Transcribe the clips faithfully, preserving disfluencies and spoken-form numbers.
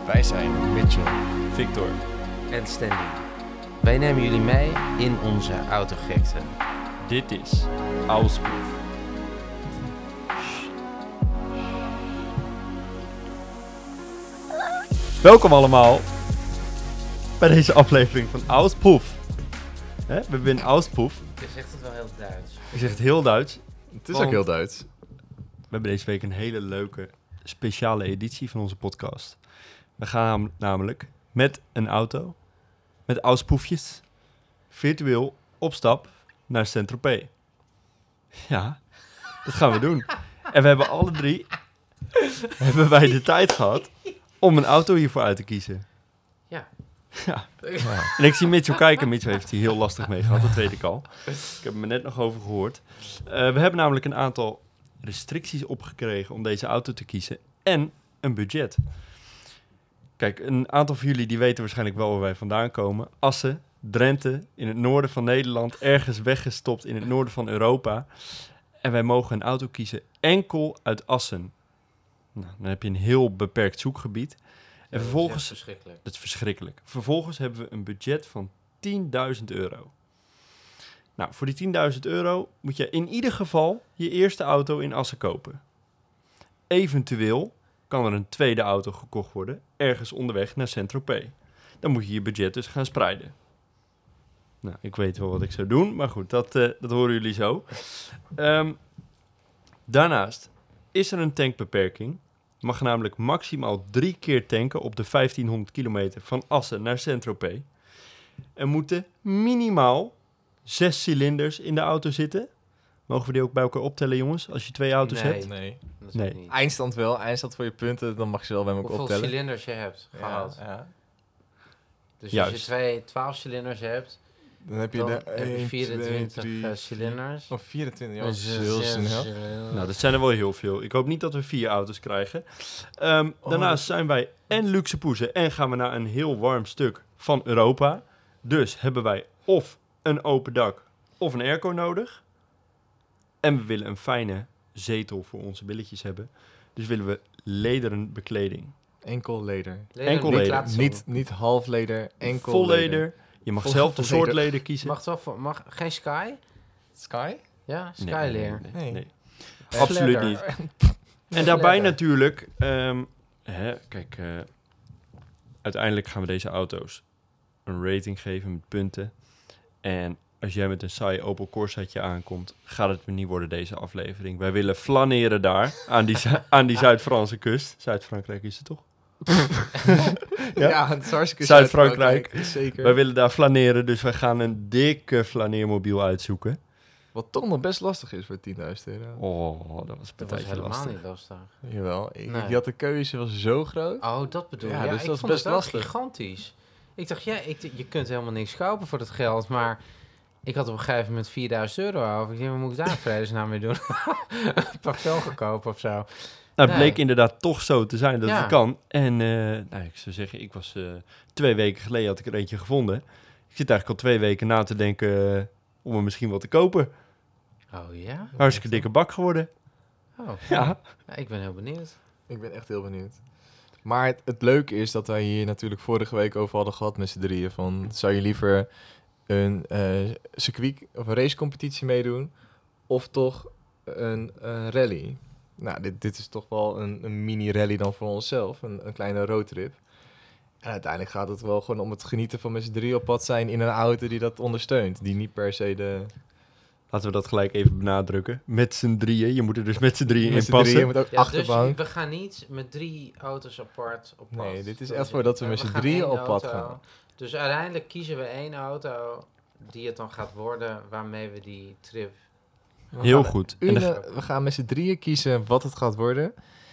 Wij zijn Mitchell, Victor en Stanley. Wij nemen jullie mee in onze autogekte. Dit is Auspuff. Welkom allemaal bij deze aflevering van Auspuff. Hè? We zijn Auspuff. Je zegt het wel heel Duits. Ik zeg het heel Duits. Het is ook heel Duits. We hebben deze week een hele leuke speciale editie van onze podcast. We gaan namelijk met een auto, met Auspuffjes, virtueel op stap naar Saint-Tropez. Ja, dat gaan we doen. En we hebben alle drie, hebben wij de tijd gehad om een auto hiervoor uit te kiezen. Ja. Ja. Ja. En ik zie Mitchell kijken. Mitchell heeft hier heel lastig mee gehad, dat weet ik al. Ik heb hem er net nog over gehoord. Uh, we hebben namelijk een aantal restricties opgekregen om deze auto te kiezen. En een budget. Kijk, een aantal van jullie die weten waarschijnlijk wel waar wij vandaan komen. Assen, Drenthe, in het noorden van Nederland, ergens weggestopt in het noorden van Europa. En wij mogen een auto kiezen enkel uit Assen. Nou, dan heb je een heel beperkt zoekgebied. En Ja, vervolgens, dat is verschrikkelijk. dat is verschrikkelijk. Vervolgens hebben we een budget van tienduizend euro. Nou, voor die tienduizend euro moet je in ieder geval je eerste auto in Assen kopen. Eventueel kan er een tweede auto gekocht worden, ergens onderweg naar Saint-Tropez. Dan moet je je budget dus gaan spreiden. Nou, ik weet wel wat ik zou doen, maar goed, dat, uh, dat horen jullie zo. Um, daarnaast is er een tankbeperking. Je mag namelijk maximaal drie keer tanken op de vijftienhonderd kilometer van Assen naar Saint-Tropez. Er moeten minimaal zes cilinders in de auto zitten. Mogen we die ook bij elkaar optellen, jongens, als je twee auto's Nee. hebt? Nee. Nee. Niet. Eindstand wel. Eindstand voor je punten. Dan mag je ze wel bij elkaar Hoeveel optellen. cilinders je hebt gehad. Ja, ja. Dus Juist. als je twee twaalf cilinders hebt, Dan heb je dan de heb je één, vierentwintig twee, uh, drie, cilinders. Of vierentwintig. Ja, En dat is zes- heel zes snel. cilinders. Nou, dat zijn er wel heel veel. Ik hoop niet dat we vier auto's krijgen. Um, Oh, daarnaast dat- zijn wij en luxe poezen en gaan we naar een heel warm stuk van Europa. Dus hebben wij of een open dak of een airco nodig. En we willen een fijne zetel voor onze billetjes hebben. Dus willen we lederen bekleding. Enkel leder. Leden, Enkel niet leden. laten zien. Niet, niet half leder, enkel Vol leder. Je mag Vol- zelf de vol soort leder. leder kiezen. Mag het wel voor, mag geen Sky? Sky? Ja, Nee, Skyleer. nee, nee, Nee. nee. Eh, Absoluut Fledder. niet. En daarbij Fledder. natuurlijk, um, hè, kijk, uh, uiteindelijk gaan we deze auto's een rating geven met punten. En als jij met een saai Opel Corsaatje aankomt, gaat het me niet worden deze aflevering. Wij willen flaneren daar, aan die, Zu- aan die Zuid-Franse kust. Zuid-Frankrijk is het toch? Ja, Ja? het is hartstikke Zuid-Frankrijk. Zeker. Wij willen daar flaneren, dus wij gaan een dikke flaneermobiel uitzoeken. Wat toch nog best lastig is voor tienduizend euro. Oh, dat was een Dat was partijtje helemaal lastig. niet lastig. Jawel. Ik, Nee. Die had de keuze was zo groot. Oh, dat bedoel je. Ja, Ja, dus ik dat is vond best het ook lastig. gigantisch. Ik dacht, ja, ik, d- je kunt helemaal niks kopen voor dat geld, maar ik had op een gegeven moment vierduizend euro over. Ik dacht, wat moet ik daar vredesnaam mee doen? Een paar velgen kopen of zo. Nou, het Nee. bleek inderdaad toch zo te zijn dat Ja. het kan. En uh, nou, ik zou zeggen, ik was uh, twee weken geleden had ik er eentje gevonden. Ik zit eigenlijk al twee weken na te denken uh, om hem misschien wel te kopen. Oh ja? Hartstikke dikke bak geworden. Oh, Ja. ja, ik ben heel benieuwd. Ik ben echt heel benieuwd. Maar het, het leuke is dat wij hier natuurlijk vorige week over hadden gehad met z'n drieën. Van, zou je liever een uh, circuit of een racecompetitie meedoen of toch een, een rally? Nou, dit, dit is toch wel een, een mini-rally dan voor onszelf, een, een kleine roadtrip. En uiteindelijk gaat het wel gewoon om het genieten van met z'n drieën op pad zijn in een auto die dat ondersteunt. Die niet per se de... Laten we dat gelijk even benadrukken. Met z'n drieën. Je moet er dus met z'n drieën met in z'n passen. drieën met ook Ja, achterbank. dus we gaan niet met drie auto's apart op pad. Nee, dit is Dat echt voor dat we maar met z'n gaan drieën één op pad auto. gaan. Dus uiteindelijk kiezen we één auto die het dan gaat worden, waarmee we die trip... We Heel gaan goed. een- En er, we gaan met z'n drieën kiezen wat het gaat worden.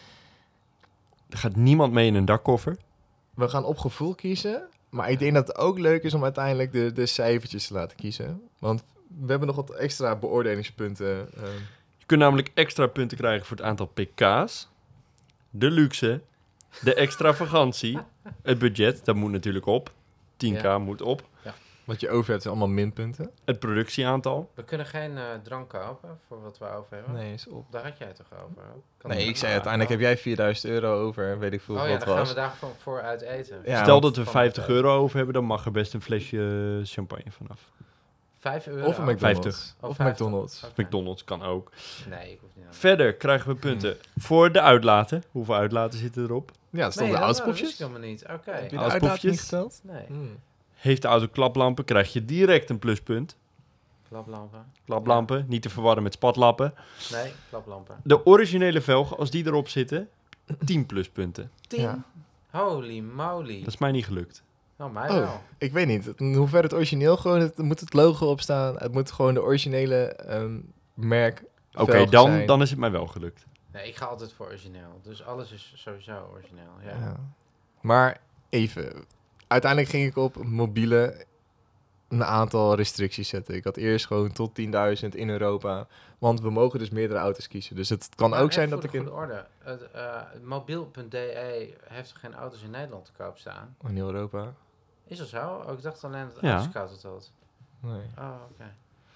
er gaat niemand mee in een dakkoffer. We gaan op gevoel kiezen. Maar ik denk dat het ook leuk is om uiteindelijk de, de cijfertjes te laten kiezen. Want we hebben nog wat extra beoordelingspunten. Uh, Je kunt namelijk extra punten krijgen voor het aantal pk's. De luxe. De extravagantie. Het budget, dat moet natuurlijk op. tien k Ja. moet op. Ja. Wat je over hebt zijn allemaal minpunten. Het productieaantal. We kunnen geen uh, drank kopen voor wat we over hebben. Nee, is op. Daar had jij het toch over? Kan Nee, dat- ik zei nou, uiteindelijk heb jij vierduizend euro over, weet ik veel Oh wat ja, het dan gaan was. we daarvoor voor uit eten. Ja, Stel want- dat we van vijftig het eten. euro over hebben, dan mag er best een flesje champagne vanaf. Vijf euro? Of een McDonald's. vijftig. Oh, Of vijftig. McDonald's. Oké. McDonald's kan ook. Nee, ik hoef niet aan. Verder krijgen we punten voor de uitlaten. Hoeveel uitlaten zitten erop? Ja, dat Nee, stonden dat, de dat wist ik oudspopjes. helemaal niet. Oké. Heb je de Oudspopjes? uitlaten niet geteld? Nee, Hmm. Heeft de auto klaplampen, krijg je direct een pluspunt. klaplampen. Klaplampen, niet te verwarren met spatlappen. Nee, klaplampen. De originele velgen, als die erop zitten, tien pluspunten. Tien? Ja. Holy moly. Dat is mij niet gelukt. Nou, mij Oh, wel. ik weet niet. In hoeverre het origineel gewoon, het moet het logo op staan. Het moet gewoon de originele ehm, merk. Oké, velgen dan, zijn. dan is het mij wel gelukt. Nee, ik ga altijd voor origineel. Dus alles is sowieso origineel. Ja. Ja. Maar even. Uiteindelijk ging ik op mobiele een aantal restricties zetten. Ik had eerst gewoon tot tienduizend in Europa. Want we mogen dus meerdere auto's kiezen. Dus het kan Maar ook even zijn voor dat de ik in... goede orde. Het, uh, mobiel punt d e heeft toch geen auto's in Nederland te koop staan? In Europa? Is dat zo? Oh, ik dacht alleen dat Ja. Autoscout het had. Nee. Oh, oké.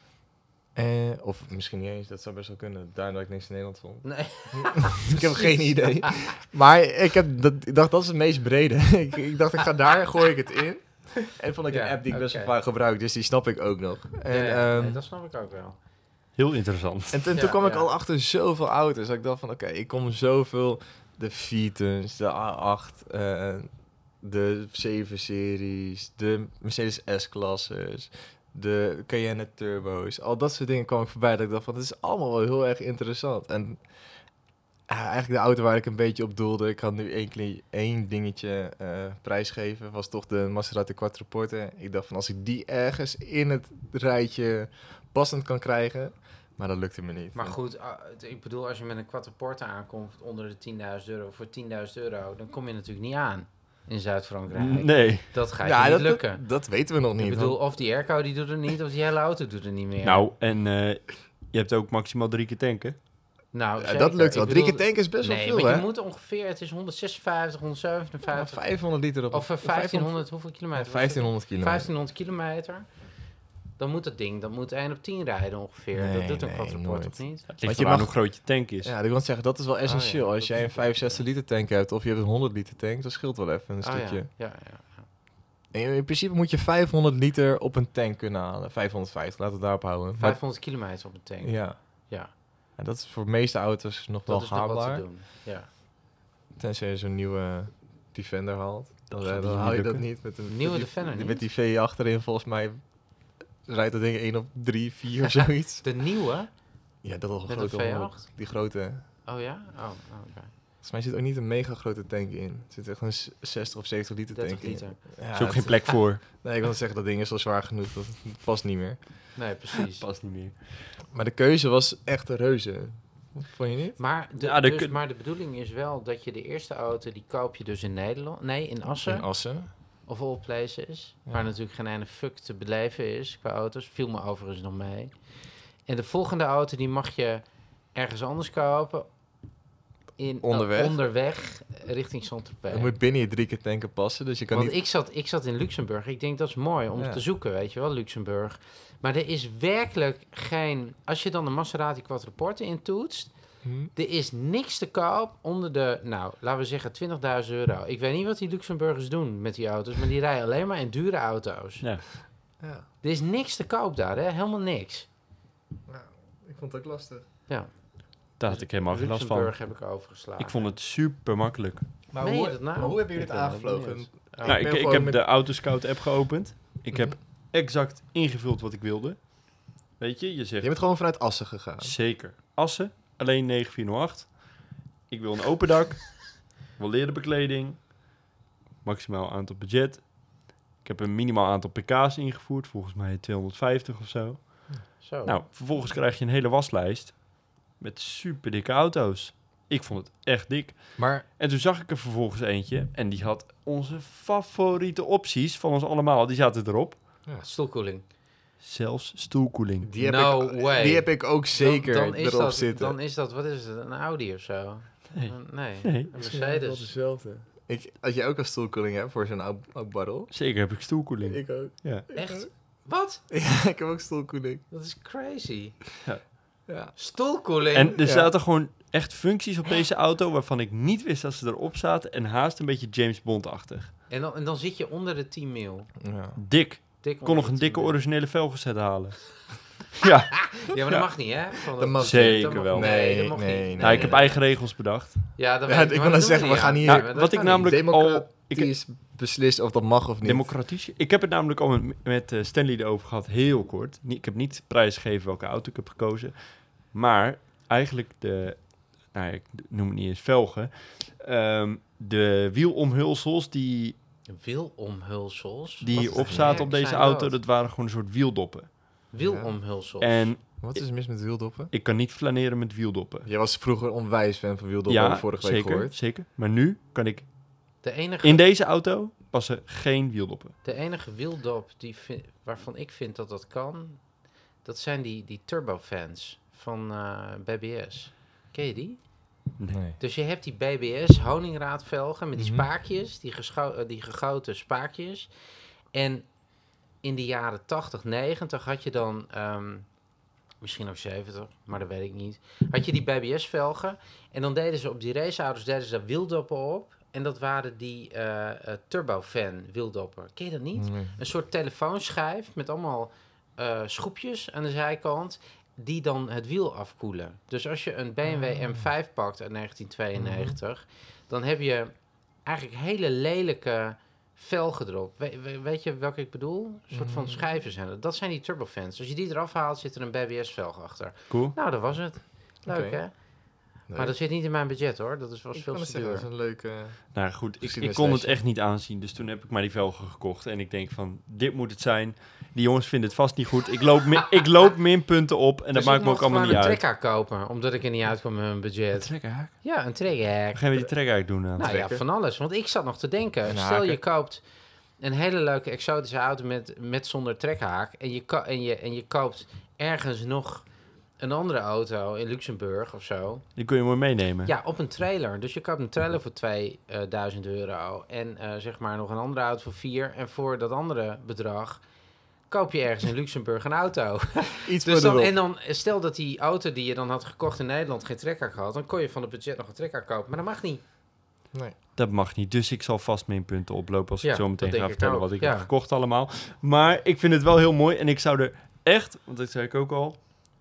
Eh, of misschien niet eens, dat zou best wel kunnen. Daar dat ik niks in Nederland vond. Nee. Ik heb geen idee. Maar ik, heb dat, ik dacht, dat is het meest brede. ik, ik dacht, ik ga daar, gooi ik het in. En vond ik Ja, een app die ik best wel oké. vaak gebruik. Dus die snap ik ook nog. En, Ja, ja, ehm, nee, dat snap ik ook wel. Heel interessant. en toen, Ja, toen kwam ik ja. al achter zoveel auto's. Dat ik dacht van, oké, ik kom zoveel... De Vitens, de A acht, eh, de zeven-series, de Mercedes S-klasses, de Cayenne Turbo's. Al dat soort dingen kwam ik voorbij. Dat ik dacht van, het is allemaal wel heel erg interessant. En ah, eigenlijk de auto waar ik een beetje op doelde, ik had nu één, kle- één dingetje eh prijsgeven, was toch de Maserati Quattroporte. Ik dacht van, als ik die ergens in het rijtje passend kan krijgen, maar dat lukte me niet. Maar goed, uh, het- ik bedoel, als je met een quattroporte aankomt onder de tienduizend euro, voor tienduizend euro, dan kom je natuurlijk niet aan in Zuid-Frankrijk. Nee. Dat gaat ja, je niet dat, lukken. Dat, dat weten we nog niet. ik bedoel, want- of die airco die doet het niet, of die hele auto doet het niet meer. Nou, en eh, je hebt ook maximaal drie keer tanken. nou ja, zeker. dat lukt wel. Ik Drie bedoel, keer tanken is best nee, wel veel, maar je hè? moet ongeveer, het is honderdzesenvijftig, honderdzevenenvijftig, vijfhonderd liter op. of eh, vijftienhonderd, hoeveel kilometer? was het? vijftienhonderd kilometer. vijftienhonderd kilometer. Dan moet dat ding, dat moet één op tien rijden ongeveer. Nee, dat doet een nee, quattroporte nooit. of niet? Het Want ligt je eraan mag- hoe groot je tank is. Ja, ik wil zeggen, dat is wel essentieel. ja, Als jij dat een is- vijfenzestig liter tank hebt of je hebt een honderd liter tank, dat scheelt wel even een Oh, stukje. ja. Ja, ja, ja. En in principe moet je vijfhonderd liter op een tank kunnen halen. vijfhonderdvijftig, laten we het daarop houden. Maar- vijfhonderd kilometer op een tank. ja. Ja, En dat is voor de meeste auto's nog wel dat is nog wat te haalbaar. doen. Ja. Tenzij je zo'n nieuwe Defender haalt. Dan, Dat eh, gaat dan niet haal je dat lukken. niet. Met een Nieuwe met die, Defender niet? Met die V achterin volgens mij rijdt dat ding één op drie, vier of zoiets. De nieuwe? Ja, dat is al een Met grote een V omloop. acht? Die grote. Oh ja? Oh, oh, oké. Volgens mij zit ook niet een mega grote tank in. Er zit echt een z- zestig of zeventig liter tank dertig in. liter. Ja, Er is ook het- geen plek voor. Nee, ik wil zeggen, dat ding is al zwaar genoeg. Dat het past niet meer. Nee, precies. Past niet meer. Maar de keuze was echt een reuze. Vond je niet? Maar de, Ja, de dus, kun- maar de bedoeling is wel dat je de eerste auto, die koop je dus in Nederland. Nee, in Assen. In Assen. Of all places. Ja. Waar natuurlijk geen ene fuck te beleven is qua auto's. Viel me overigens nog mee. En de volgende auto, die mag je ergens anders kopen. In, Onderweg. uh, onderweg richting Saint-Tropez. Het moet binnen je drie keer tanken passen. Dus je kan Want niet... ik, zat, ik zat in Luxemburg. Ik denk dat is mooi om Ja. te zoeken, weet je wel, Luxemburg. Maar er is werkelijk geen... Als je dan de Maserati Quattroporte intoetst, Hm? er is niks te koop onder de, nou, laten we zeggen twintigduizend euro. Ik weet niet wat die Luxemburgers doen met die auto's, maar die rijden alleen maar in dure auto's. Ja. Ja. Er is niks te koop daar, hè? Helemaal niks. Nou, ik vond het ook lastig. Ja, Daar had ik helemaal geen last van. Luxemburg heb ik overgeslagen. Ik vond het super makkelijk. Maar Meen hoe, je dat nou? maar hoe hebben jullie Ik het ben wel aangevlogen? benieuwd. Oh. nou, ik, ben ik gewoon heb met- de Autoscout app geopend. Ik heb Mhm. exact ingevuld wat ik wilde. Weet je, je zegt Je bent gewoon vanuit Assen gegaan. zeker Assen, alleen negen vier nul acht. Ik wil een open dak. Ik wil leren bekleding. Maximaal aantal budget. Ik heb een minimaal aantal pk's ingevoerd. Volgens mij tweehonderdvijftig of zo. Zo. Nou, vervolgens krijg je een hele waslijst met super dikke auto's. Ik vond het echt dik. Maar En toen zag ik er vervolgens eentje. En die had onze favoriete opties van ons allemaal. Die zaten erop. Stoelkoeling. Zelfs stoelkoeling. die heb, No ik, way. die heb ik ook zeker dan, dan is erop dat, zitten. Dan is dat, wat is het, een Audi of zo? Nee. Een- nee, Nee. een Mercedes. hetzelfde. Ik, als jij ook een stoelkoeling hebt voor zo'n oud, oud barrel. Zeker heb ik stoelkoeling. Ik ook. Ja. Ik Echt? ook. Wat? Ja, ik heb ook stoelkoeling. Dat is crazy. Ja. Stoelkoeling? En er Ja. zaten gewoon echt functies op deze auto waarvan ik niet wist dat ze erop zaten en haast een beetje James Bond-achtig. En dan, en dan zit je onder de tien mil. Ja. Dik. Dik Kon onder nog de een tien dikke mil. originele velgenset halen. Ja, Ja, maar dat mag niet, hè? Van Dat het- mag zeker dat mag- wel. Nee, dat Nee, mag nee, niet. nee. nou, ik heb eigen regels bedacht. Ja, dat Ja, weet ik maar wil dat dan doen zeggen, we gaan aan. hier- Ja, Ja, maar dat wat ik kan namelijk niet. al... Democratisch Ik, beslist of dat mag of niet. democratisch. Ik heb het namelijk al met, met eh, Stanley erover gehad, heel kort. Nie- Ik heb niet prijsgegeven welke auto ik heb gekozen. Maar eigenlijk de... Nou ja, ik noem het niet eens velgen. Ehm, de wielomhulsels die, Wielomhulsels? Wat die de op zaten heck op deze zijn auto, dat? dat waren gewoon een soort wieldoppen. Wielomhulsels. En Wat is er mis met wieldoppen? ik kan niet flaneren met wieldoppen. Jij was vroeger onwijs fan van wieldoppen, Ja, vorige week zeker, gehoord. zeker. Maar nu kan ik... De enige, In deze auto passen geen wieldoppen. de enige wieldop die vi- waarvan ik vind dat dat kan, dat zijn die, die turbofans van eh, B B S. Ken je die? Nee. Dus je hebt die B B S honingraadvelgen met die Mhm. spaakjes, die, geschou- eh, die gegoten spaakjes. En in de jaren tachtig, negentig had je dan, ehm, misschien ook zeventig, maar dat weet ik niet, had je die B B S-velgen. En dan deden ze op die raceauto's deden ze daar wieldoppen op. En dat waren die eh eh, turbofan wieldoppen. Ken je dat niet? Nee. Een soort telefoonschijf met allemaal eh schroepjes aan de zijkant die dan het wiel afkoelen. Dus als je een B M W Ah. M vijf pakt uit negentien tweeënnegentig, dan heb je eigenlijk hele lelijke velgen erop. We- we- weet je welke ik bedoel? Een soort van Mm. schijven zijn dat. Dat zijn die turbofans. Als je die eraf haalt, zit er een B B S-velg achter. Cool. Nou, dat was het. Leuk, Oké. hè? Maar dat zit niet in mijn budget, hoor. Dat is, was Ik veel kan te het zeggen, duur. dat is een leuke... Nou goed, ik, ik Geschiedenis kon het lesje. echt niet aanzien. Dus toen heb ik maar die velgen gekocht. En ik denk van, dit moet het zijn. Die jongens vinden het vast niet goed. Ik loop, mi- ik loop minpunten op. En dat Dus maakt ik me ook mocht allemaal niet gewoon uit. een trekhaak kopen, omdat ik er niet uitkwam met mijn budget. Trekhaak? Ja, een trekhaak. Gaan we die trekhaak doen dan? Nou ja, trekken. van alles. Want ik zat nog te denken. En Stel je haken. koopt een hele leuke exotische auto met, met zonder trekhaak. En je, ko- en, je, en je koopt ergens nog een andere auto in Luxemburg of zo. Die kun je mooi meenemen. Ja, op een trailer. Dus je koopt een trailer voor tweeduizend euro. En eh, zeg maar nog een andere auto voor vier. En voor dat andere bedrag koop je ergens in Luxemburg een auto. Iets Dus dan, verderop. en dan, stel dat die auto die je dan had gekocht in Nederland geen trekhaak had, dan kon je van het budget nog een trekhaak kopen. Maar dat mag niet. Nee. Dat mag niet. Dus ik zal vast minpunten oplopen als Ja, ik zo meteen dat ga denk ik vertellen ook. wat ik Ja. heb gekocht allemaal. Maar ik vind het wel heel mooi. En ik zou er echt, want dat zei ik ook al,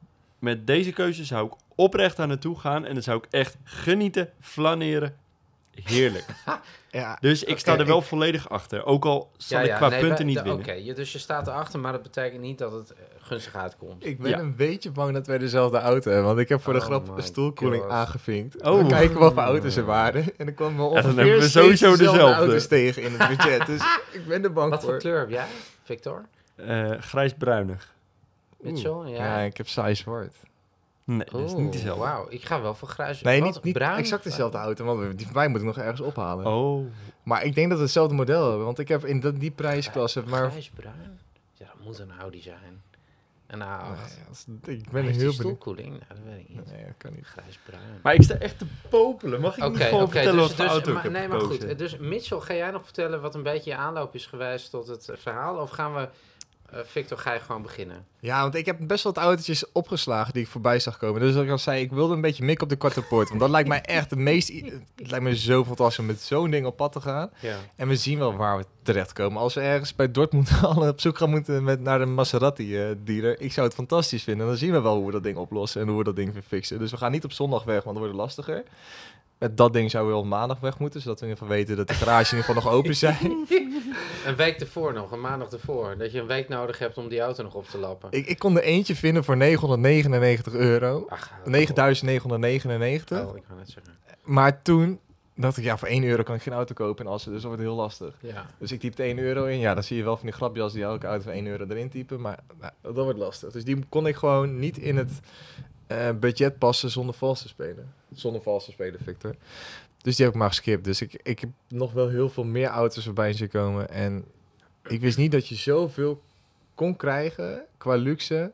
met deze keuze zou ik oprecht daar naartoe gaan. En dan zou ik echt genieten, flaneren. Heerlijk. Ja, Dus ik Oké, sta er wel ik- volledig achter. Ook al zal ik qua nee, punten wij- niet de- winnen. Oké, je- dus je staat erachter, maar dat betekent niet dat het eh, gunstig uitkomt. ik ben Ja. een beetje bang dat wij dezelfde auto hebben. Want ik heb voor de Oh grap my een stoelkoeling God. aangevinkt. Oh. We kijken wat voor auto's er waren. En dan kwamen we dan ongeveer hebben we steeds sowieso dezelfde dezelfde. auto's tegen in het budget. Dus ik ben er bang Wat voor voor. kleur heb jij, Victor? Eh, grijsbruinig. Mitchell? Oeh. Ja. Ja, ik heb saai zwart. Nee, dat is niet dezelfde. Wauw, ik ga wel voor grijs. Nee, wat, niet, niet bruin? exact dezelfde auto. Want die van mij moet ik nog ergens ophalen. Oh. Maar ik denk dat we hetzelfde model hebben. Want ik heb in dat, die prijsklasse... Maar, Grijsbruin? Ja, dat moet een Audi zijn. Een A acht. Nee, als- ik ben Ben heel heel benieuwd. stoelkoeling? Nou, dat weet ik niet. Nee, dat kan niet. Grijsbruin. Maar ik sta echt te popelen. Mag ik Oké, niet gewoon oké, vertellen dus, wat voor dus, auto maar, ik heb nee, maar gekozen? goed. Dus Mitchell, ga jij nog vertellen wat een beetje je aanloop is geweest tot het eh, verhaal? Of gaan we, eh, Victor, ga je gewoon beginnen? Ja, want ik heb best wel wat autootjes opgeslagen die ik voorbij zag komen. Dus zoals ik al zei, ik wilde een beetje mikken op de quattropoort. Want dat lijkt mij echt het meest... i- Het lijkt me zo fantastisch om met zo'n ding op pad te gaan. Ja. En we zien wel waar we terechtkomen. Als we ergens bij Dortmund al op zoek gaan moeten met, naar een Maserati-dealer. ik zou het fantastisch vinden. En dan zien we wel hoe we dat ding oplossen en hoe we dat ding weer fixen. Dus we gaan niet op zondag weg, want dan wordt het lastiger. Met dat ding zouden we op maandag weg moeten. Zodat we in ieder geval weten dat de garage in ieder geval nog open zijn. Een week ervoor nog, een maandag ervoor. Dat je een week nodig hebt om die auto nog op te lappen. ik, ik kon er eentje vinden voor negenhonderdnegenennegentig euro. Ach, negenduizend negenhonderdnegenennegentig. Oh, ik kan het zeggen. Maar toen dacht ik, ja, voor één euro kan ik geen auto kopen in Assen. Dus dat wordt heel lastig. Ja. Dus ik typte één euro in. Ja, dan zie je wel van die grapjas die elke auto voor één euro erin typen. Maar nou, dat wordt lastig. Dus die kon ik gewoon niet in het eh, budget passen zonder vals te spelen. Zonder vals te spelen, Victor. Dus die heb ik maar geskipt. Dus ik, ik heb nog wel heel veel meer auto's voorbij zien komen. En ik wist niet dat je zoveel kon krijgen qua luxe.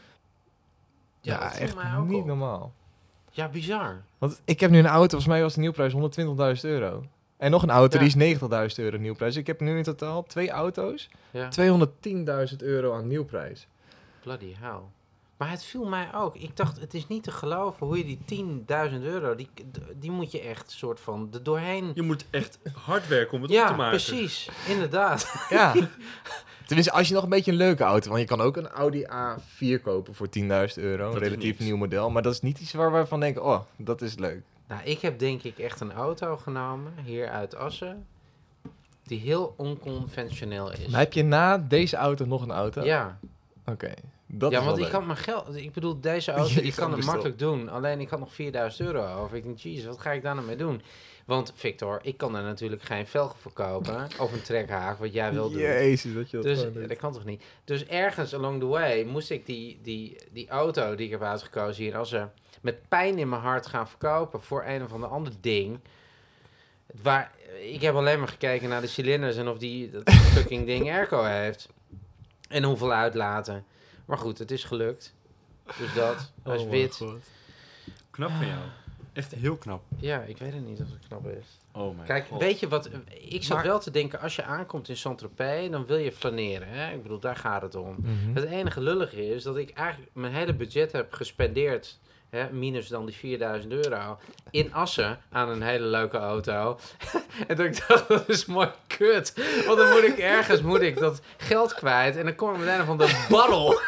Ja, dat viel echt mij ook niet op. normaal. Ja, bizar. Want ik heb nu een auto, volgens mij was de nieuwprijs honderdtwintigduizend euro. En nog een auto, Ja. die is negentigduizend euro nieuwprijs. Ik heb nu in totaal twee auto's. Ja, tweehonderdtienduizend euro aan nieuwprijs. bloody hell. Maar het viel mij ook. Ik dacht, het is niet te geloven hoe je die tienduizend euro, die, die moet je echt soort van er doorheen... Je moet echt hard werken om het op te Ja, maken. precies. Inderdaad. Ja. Tenminste, als je nog een beetje een leuke auto... Want je kan ook een Audi A vier kopen voor tienduizend euro. Een Dat is relatief niks. nieuw model. Maar dat is niet iets waar wij van denken... Oh, dat is leuk. Nou, ik heb denk ik echt een auto genomen, hier uit Assen, die heel onconventioneel is. Maar heb je na deze auto nog een auto? Ja, Oké. Dat ja is want wel ik leuk. had mijn geld... Ik bedoel, deze auto Je die kan kan het bestellen. makkelijk doen. Alleen ik had nog vierduizend euro over. Ik denk, jeez, wat ga ik daar nou mee doen? Want Victor, ik kan er natuurlijk geen velgen voor kopen. Of een trekhaak, wat jij wil doen. Jezus, dat je dat Dus gewoon doet. dat kan toch niet? Dus ergens along the way moest ik die, die, die auto die ik heb uitgekozen hier als er met pijn in mijn hart gaan verkopen voor een of ander ander ding. Waar, ik heb alleen maar gekeken naar de cilinders en of die dat fucking ding airco heeft. En hoeveel uitlaten. Maar goed, het is gelukt. Dus dat. Hij is Oh, wit. mijn God. Knap van jou. Echt heel knap. Ja, ik weet het niet of het knap is. Oh mijn Kijk, god. weet je wat? Ik zat Maar- wel te denken, als je aankomt in Saint-Tropez, dan wil je flaneren. Hè? Ik bedoel, daar gaat het om. Mhm. Het enige lullige is dat ik eigenlijk mijn hele budget heb gespendeerd, hè, minus dan die vierduizend euro, in Assen aan een hele leuke auto. En dat ik dacht, dat is mooi kut. Want dan moet ik ergens moet ik dat geld kwijt en dan kom ik met een van de barrel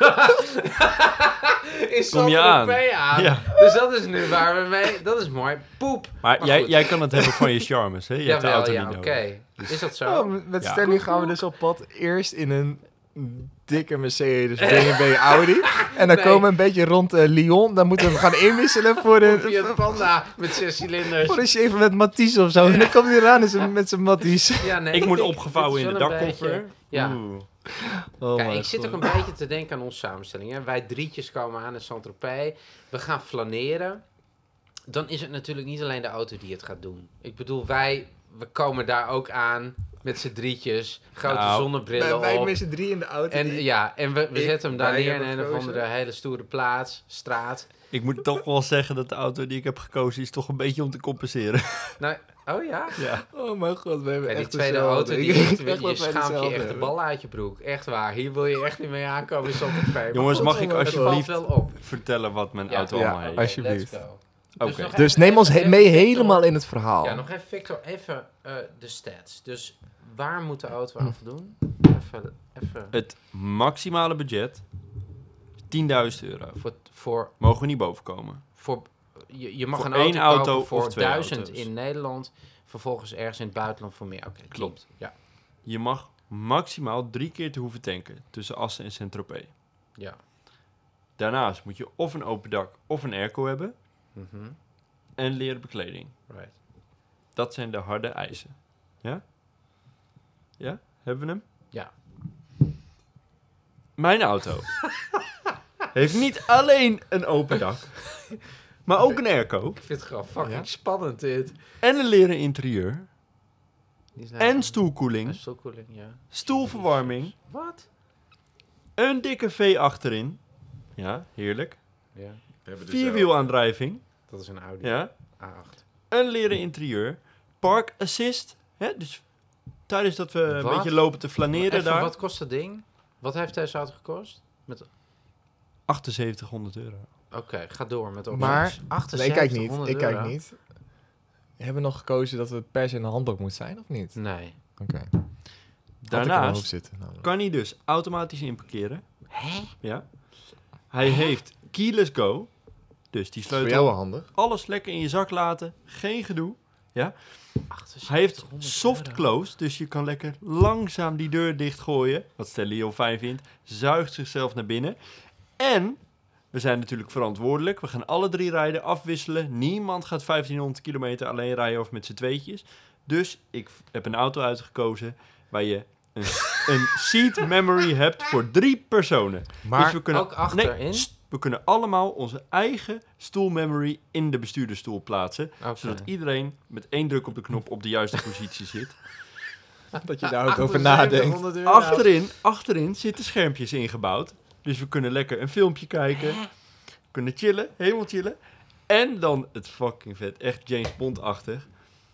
in Kom je aan. Saint-Tropez aan. Ja. Dus dat is nu waar we mee... Dat is mooi. Poep. Maar, Maar jij, goed. jij kan het hebben van je charmes, hè? Je hebt de Jawel, auto ja, niet oké. nodig. Is dat zo? Oh, met Ja. Stanley gaan we dus op pad. Eerst in een dikke Mercedes, B M W, Audi. En dan Nee. komen we een beetje rond eh, Lyon. Dan moeten we hem gaan inwisselen voor de, Fiat Panda met zes cilinders. voor de Chevrolet Matisse of zo. En dan komt hij eraan in zijn- met zijn Matisse. Ja, nee, Ik moet denk, opgevouwen dit in is de wel een dakkoffer. beetje- Ja. Oeh. Oh Kijk, mijn ik zit God. ook een beetje te denken aan onze samenstelling. Hè. Wij drietjes komen aan in Saint-Tropez. We gaan flaneren. Dan is het natuurlijk niet alleen de auto die het gaat doen. Ik bedoel, wij we komen daar ook aan met z'n drietjes. Grote Nou, zonnebrillen Wij, wij op. met z'n drie in de auto. En die- ja, en we, we Ik- zetten hem daar wij neer in hebben een of gekozen. andere hele stoere plaats, straat. Ik moet toch wel zeggen dat de auto die ik heb gekozen is toch een beetje om te compenseren. Nou, oh ja? Ja. Oh mijn God, we hebben Ja, die echt tweede dezelfde. auto, die Ik echt, denk je dat wij schaamt je dezelfde echt de hebben. bal uit je broek. Echt waar. Hier wil je echt niet mee aankomen in Saint-Tropez. Jongens, mag ik Het valt alsjeblieft wel op. vertellen wat mijn Ja. auto Ja, allemaal heeft? als- alsjeblieft. Let's go. Oké. nog Dus even- neem ons even- he- mee even Victor- helemaal in het verhaal. Ja, nog even, Victor, even eh, de stats. Dus waar moet de auto aan voldoen? Even, even Het maximale budget, tienduizend euro. voor, voor, Mogen we niet bovenkomen. voor je, je mag Voor een auto, één auto kopen of voor twee duizend auto's. in Nederland, vervolgens ergens in het buitenland voor meer. Oké, Klopt. Ja, Je mag maximaal drie keer te hoeven tanken tussen Assen en Saint-Tropez. ja. Daarnaast moet je of een open dak of een airco hebben Mhm. en leren bekleding. Right. Dat zijn de harde eisen. Ja? Ja? Hebben we hem? Ja. Mijn auto heeft niet alleen een open dak, maar ook een airco Ik vind het gewoon fucking Ja? spannend dit. en een leren interieur Die zijn- en Een stoelkoeling, stoelkoeling, ja. stoelverwarming, Wat? een dikke V achterin. Ja, heerlijk. Ja, Vierwielaandrijving. dat is een Audi Ja. A acht. Een leren interieur. Park assist. Hè? Dus tijdens dat we een Wat? beetje lopen te flaneren Even, daar. wat kost dat ding? Wat heeft deze auto gekost? Met achtenzeventighonderd euro. Oké, ga door met opties. Maar- Nee, achtenzeventig ik kijk niet. honderd Ik kijk euro? niet. Hebben we nog gekozen dat het per se een handbak moet zijn, of niet? Nee. Oké. Had ik in mijn hoofd Daarnaast zitten. namelijk. kan hij dus automatisch inparkeren. Hè? Ja. Hij heeft keyless go. Dus die Is voor jou sleutel, wel handig. alles lekker in je zak laten. Geen gedoe. achtenzeventig Hij heeft honderd soft euro. close, dus je kan lekker langzaam die deur dichtgooien. Wat Stanley heel fijn vindt. Zuigt zichzelf naar binnen. En we zijn natuurlijk verantwoordelijk. We gaan alle drie rijden, afwisselen. Niemand gaat vijftienhonderd kilometer alleen rijden of met z'n tweetjes. Dus ik v- heb een auto uitgekozen waar je een, een seat memory hebt voor drie personen. Maar dus we kunnen, ook achterin? Nee, st- we kunnen allemaal onze eigen stoelmemory in de bestuurdersstoel plaatsen. Oké. Zodat iedereen met één druk op de knop op de juiste positie zit. dat je daar ook over achtenzeventig nadenkt. honderd euro. Achterin, achterin zitten schermpjes ingebouwd. Dus we kunnen lekker een filmpje kijken. We kunnen chillen, helemaal chillen. En dan het fucking vet, echt James Bond-achtig.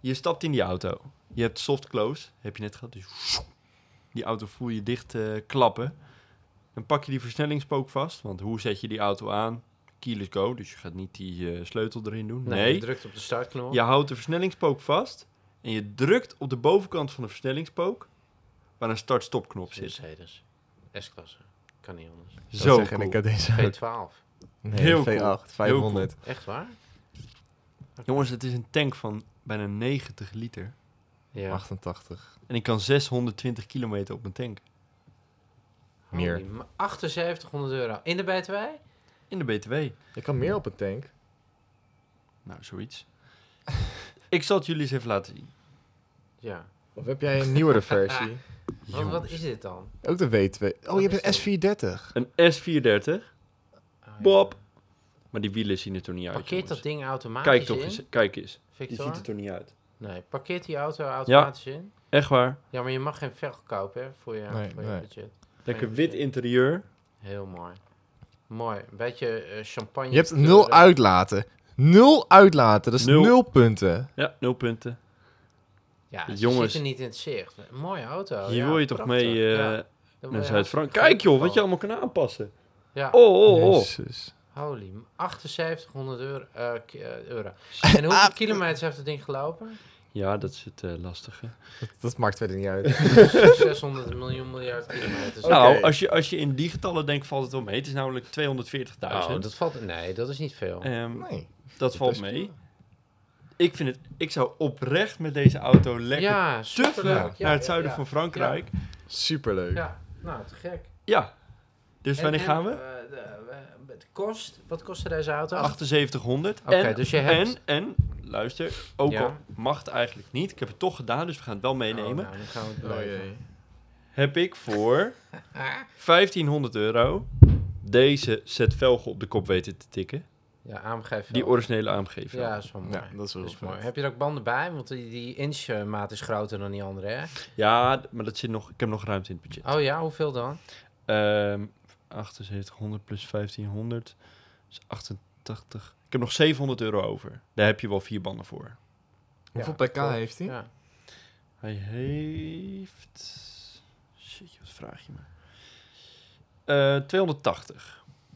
Je stapt in die auto. Je hebt soft close, heb je net gehad. Dus die auto voel je dicht eh, klappen. Dan pak je die versnellingspook vast. Want hoe zet je die auto aan? Keyless go, dus je gaat niet die uh, sleutel erin doen. Nee, Nee, je drukt op de startknop. je houdt de versnellingspook vast. En je drukt op de bovenkant van de versnellingspook waar een start-stop-knop zit. Mercedes. S-klasse. Kan niet anders. Zo zeggen, cool. ik heb deze V twaalf. nee, Heel V acht, vijfhonderd. Echt waar? Jongens, het is een tank van bijna negentig liter. Ja. achtentachtig. En ik kan zeshonderdtwintig kilometer op mijn tank. Meer. Holy ma- achtenzeventighonderd euro. In de B T W? In de B T W. Je kan meer op een tank. Nou, zoiets. Ik zal het jullie eens even laten zien. Ja. Of heb jij een nieuwere versie? Wat, wat is dit dan? Ook de W twee. Oh, je Wat hebt is een S vierhonderddertig. Een S vierhonderddertig. Oh, ja. Bob. Maar die wielen zien er toch niet uit, Parkeert jongens. dat ding automatisch Kijk toch in? eens. Kijk eens. Die Victor? ziet er toch niet uit. Nee, parkeert die auto automatisch in? Echt waar. Ja, maar je mag geen velg kopen, hè, voor je, Nee, voor je nee. budget. Lekker Geen wit budget. interieur. Heel mooi. Mooi. Een beetje eh, champagne. Je hebt kleuren. nul uitlaten. Nul uitlaten, dat is Nul. nul punten. Ja, nul punten. Ja, ze Jongens. zitten niet in het zicht. Een mooie auto. Hier ja, wil je toch prachtig. mee eh, Ja, daar word naar je Zuid-Frankrijk. hartstikke Kijk joh, gelukkig wat je van. allemaal kan aanpassen. Ja, Oh, oh, oh. Jezus. holy. achtenzeventighonderd euro. eh, ki- eh, euro. En hoeveel kilometers heeft het ding gelopen? Ja, dat is het eh, lastige. Dat, dat maakt verder niet uit. zeshonderd miljoen miljard kilometers. Oké. Nou, als je, als je in die getallen denkt, valt het wel mee. Het is namelijk tweehonderdveertigduizend. Oh, dat valt... Nee, dat is niet veel. Ehm, Nee. dat valt is mee. Ik vind het... Ik zou oprecht met deze auto lekker Ja, tuffelen superleuk. Ja, naar het ja, zuiden ja. van Frankrijk. Ja. Superleuk. Ja, nou, te gek. Dus En- wanneer en, gaan we? eh, de- we- het kost, wat kostte deze auto? achtenzeventighonderd. Oké, en, dus je hebt- en, en, luister, ook Ja. al mag het eigenlijk niet. Ik heb het toch gedaan, dus we gaan het wel meenemen. Oh, nou, dan gaan we het Oh beleven. jee. Heb ik voor vijftienhonderd euro deze set velgen op de kop weten te tikken. Ja, A M G. Die originele A M G velgen. Ja, dat is wel mooi. Ja, dat is wel Dat vet. mooi. Heb je er ook banden bij? Want die, die inch-maat is groter dan die andere, hè? Ja, d- maar dat zit nog, ik heb nog ruimte in het budget. Oh ja, hoeveel dan? Ehm achtenzeventighonderd plus vijftienhonderd is achtentachtig. Ik heb nog zevenhonderd euro over. Daar heb je wel vier banden voor. Hoeveel Ja, pk klopt. heeft hij? Ja. Hij heeft... Shit, wat vraag je me? Eh tweehonderdtachtig.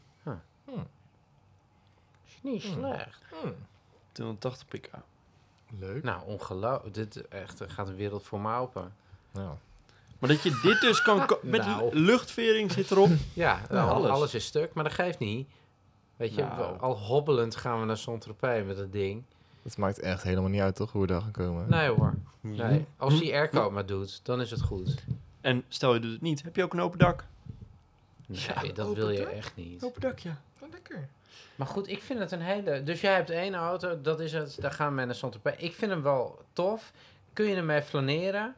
Is niet Hmm. slecht. Hmm. tweehonderdtachtig pk. Leuk. Nou, ongelooflijk. Dit echt, er gaat een wereld voor me open. Nou. Maar dat je dit dus kan... ko- met Nou. l- luchtvering zit erop. Ja, Ja, nou, alles. alles. is stuk, maar dat geeft niet. Weet je, Nou. we- al hobbelend gaan we naar Saint-Tropez met dat ding. Het maakt echt helemaal niet uit, toch, hoe we daar gaan komen. Nee hoor. Nee. Als Hm. die airco het maar doet, dan is het goed. En stel je doet het niet, heb je ook een open dak? Nee, Ja, dat open wil je dak? echt niet. Open dak, ja. Oh, lekker. Maar goed, ik vind het een hele... Dus jij hebt één auto, dat is het. Daar gaan we mee naar Saint-Tropez. Ik vind hem wel tof. Kun je ermee flaneren?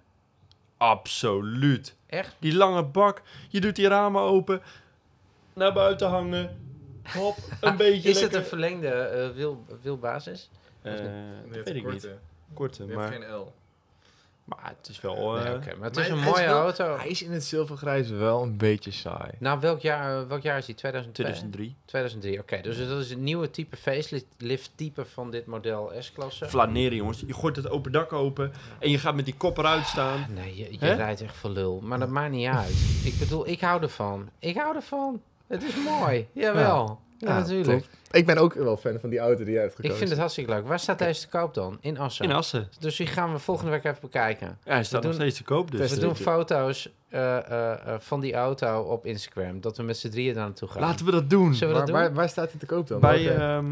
Absoluut. Echt? Die lange bak, je doet die ramen open, naar buiten hangen, hop, een beetje Is het lekker. een verlengde eh, wiel, wielbasis? Eh, dat weet ik niet. Korte, maar, L. maar het is wel... eh, Nee, oké, maar het maar is een hij is mooie wel- auto. Hij is in het zilvergrijs wel een beetje saai. Nou, welk jaar, welk jaar is die? tweeduizend twee? tweeduizend drie. tweeduizend drie, oké. Dus dat is het nieuwe type facelift type van dit model S-klasse. Flaneren, jongens. Je gooit het open dak open en je gaat met die kop eruit staan. Nee, je, je Hè? rijdt echt voor lul. Maar dat maakt niet uit. Ik bedoel, ik hou ervan. Ik hou ervan. Het is mooi. Jawel. Ja, Ja, natuurlijk. top. Ik ben ook wel fan van die auto die jij hebt Ik gekozen. vind het hartstikke leuk. Waar staat deze te koop dan? In Assen. In Assen. Dus die gaan we volgende week even bekijken. Ja, hij staat We nog doen- steeds te koop dus. We Testen. doen foto's eh, eh, eh, van die auto op Instagram. Dat we met z'n drieën daar naartoe gaan. Laten we dat doen. Zullen we Waar, dat doen? waar, waar staat hij te koop dan? Bij Welke- ehm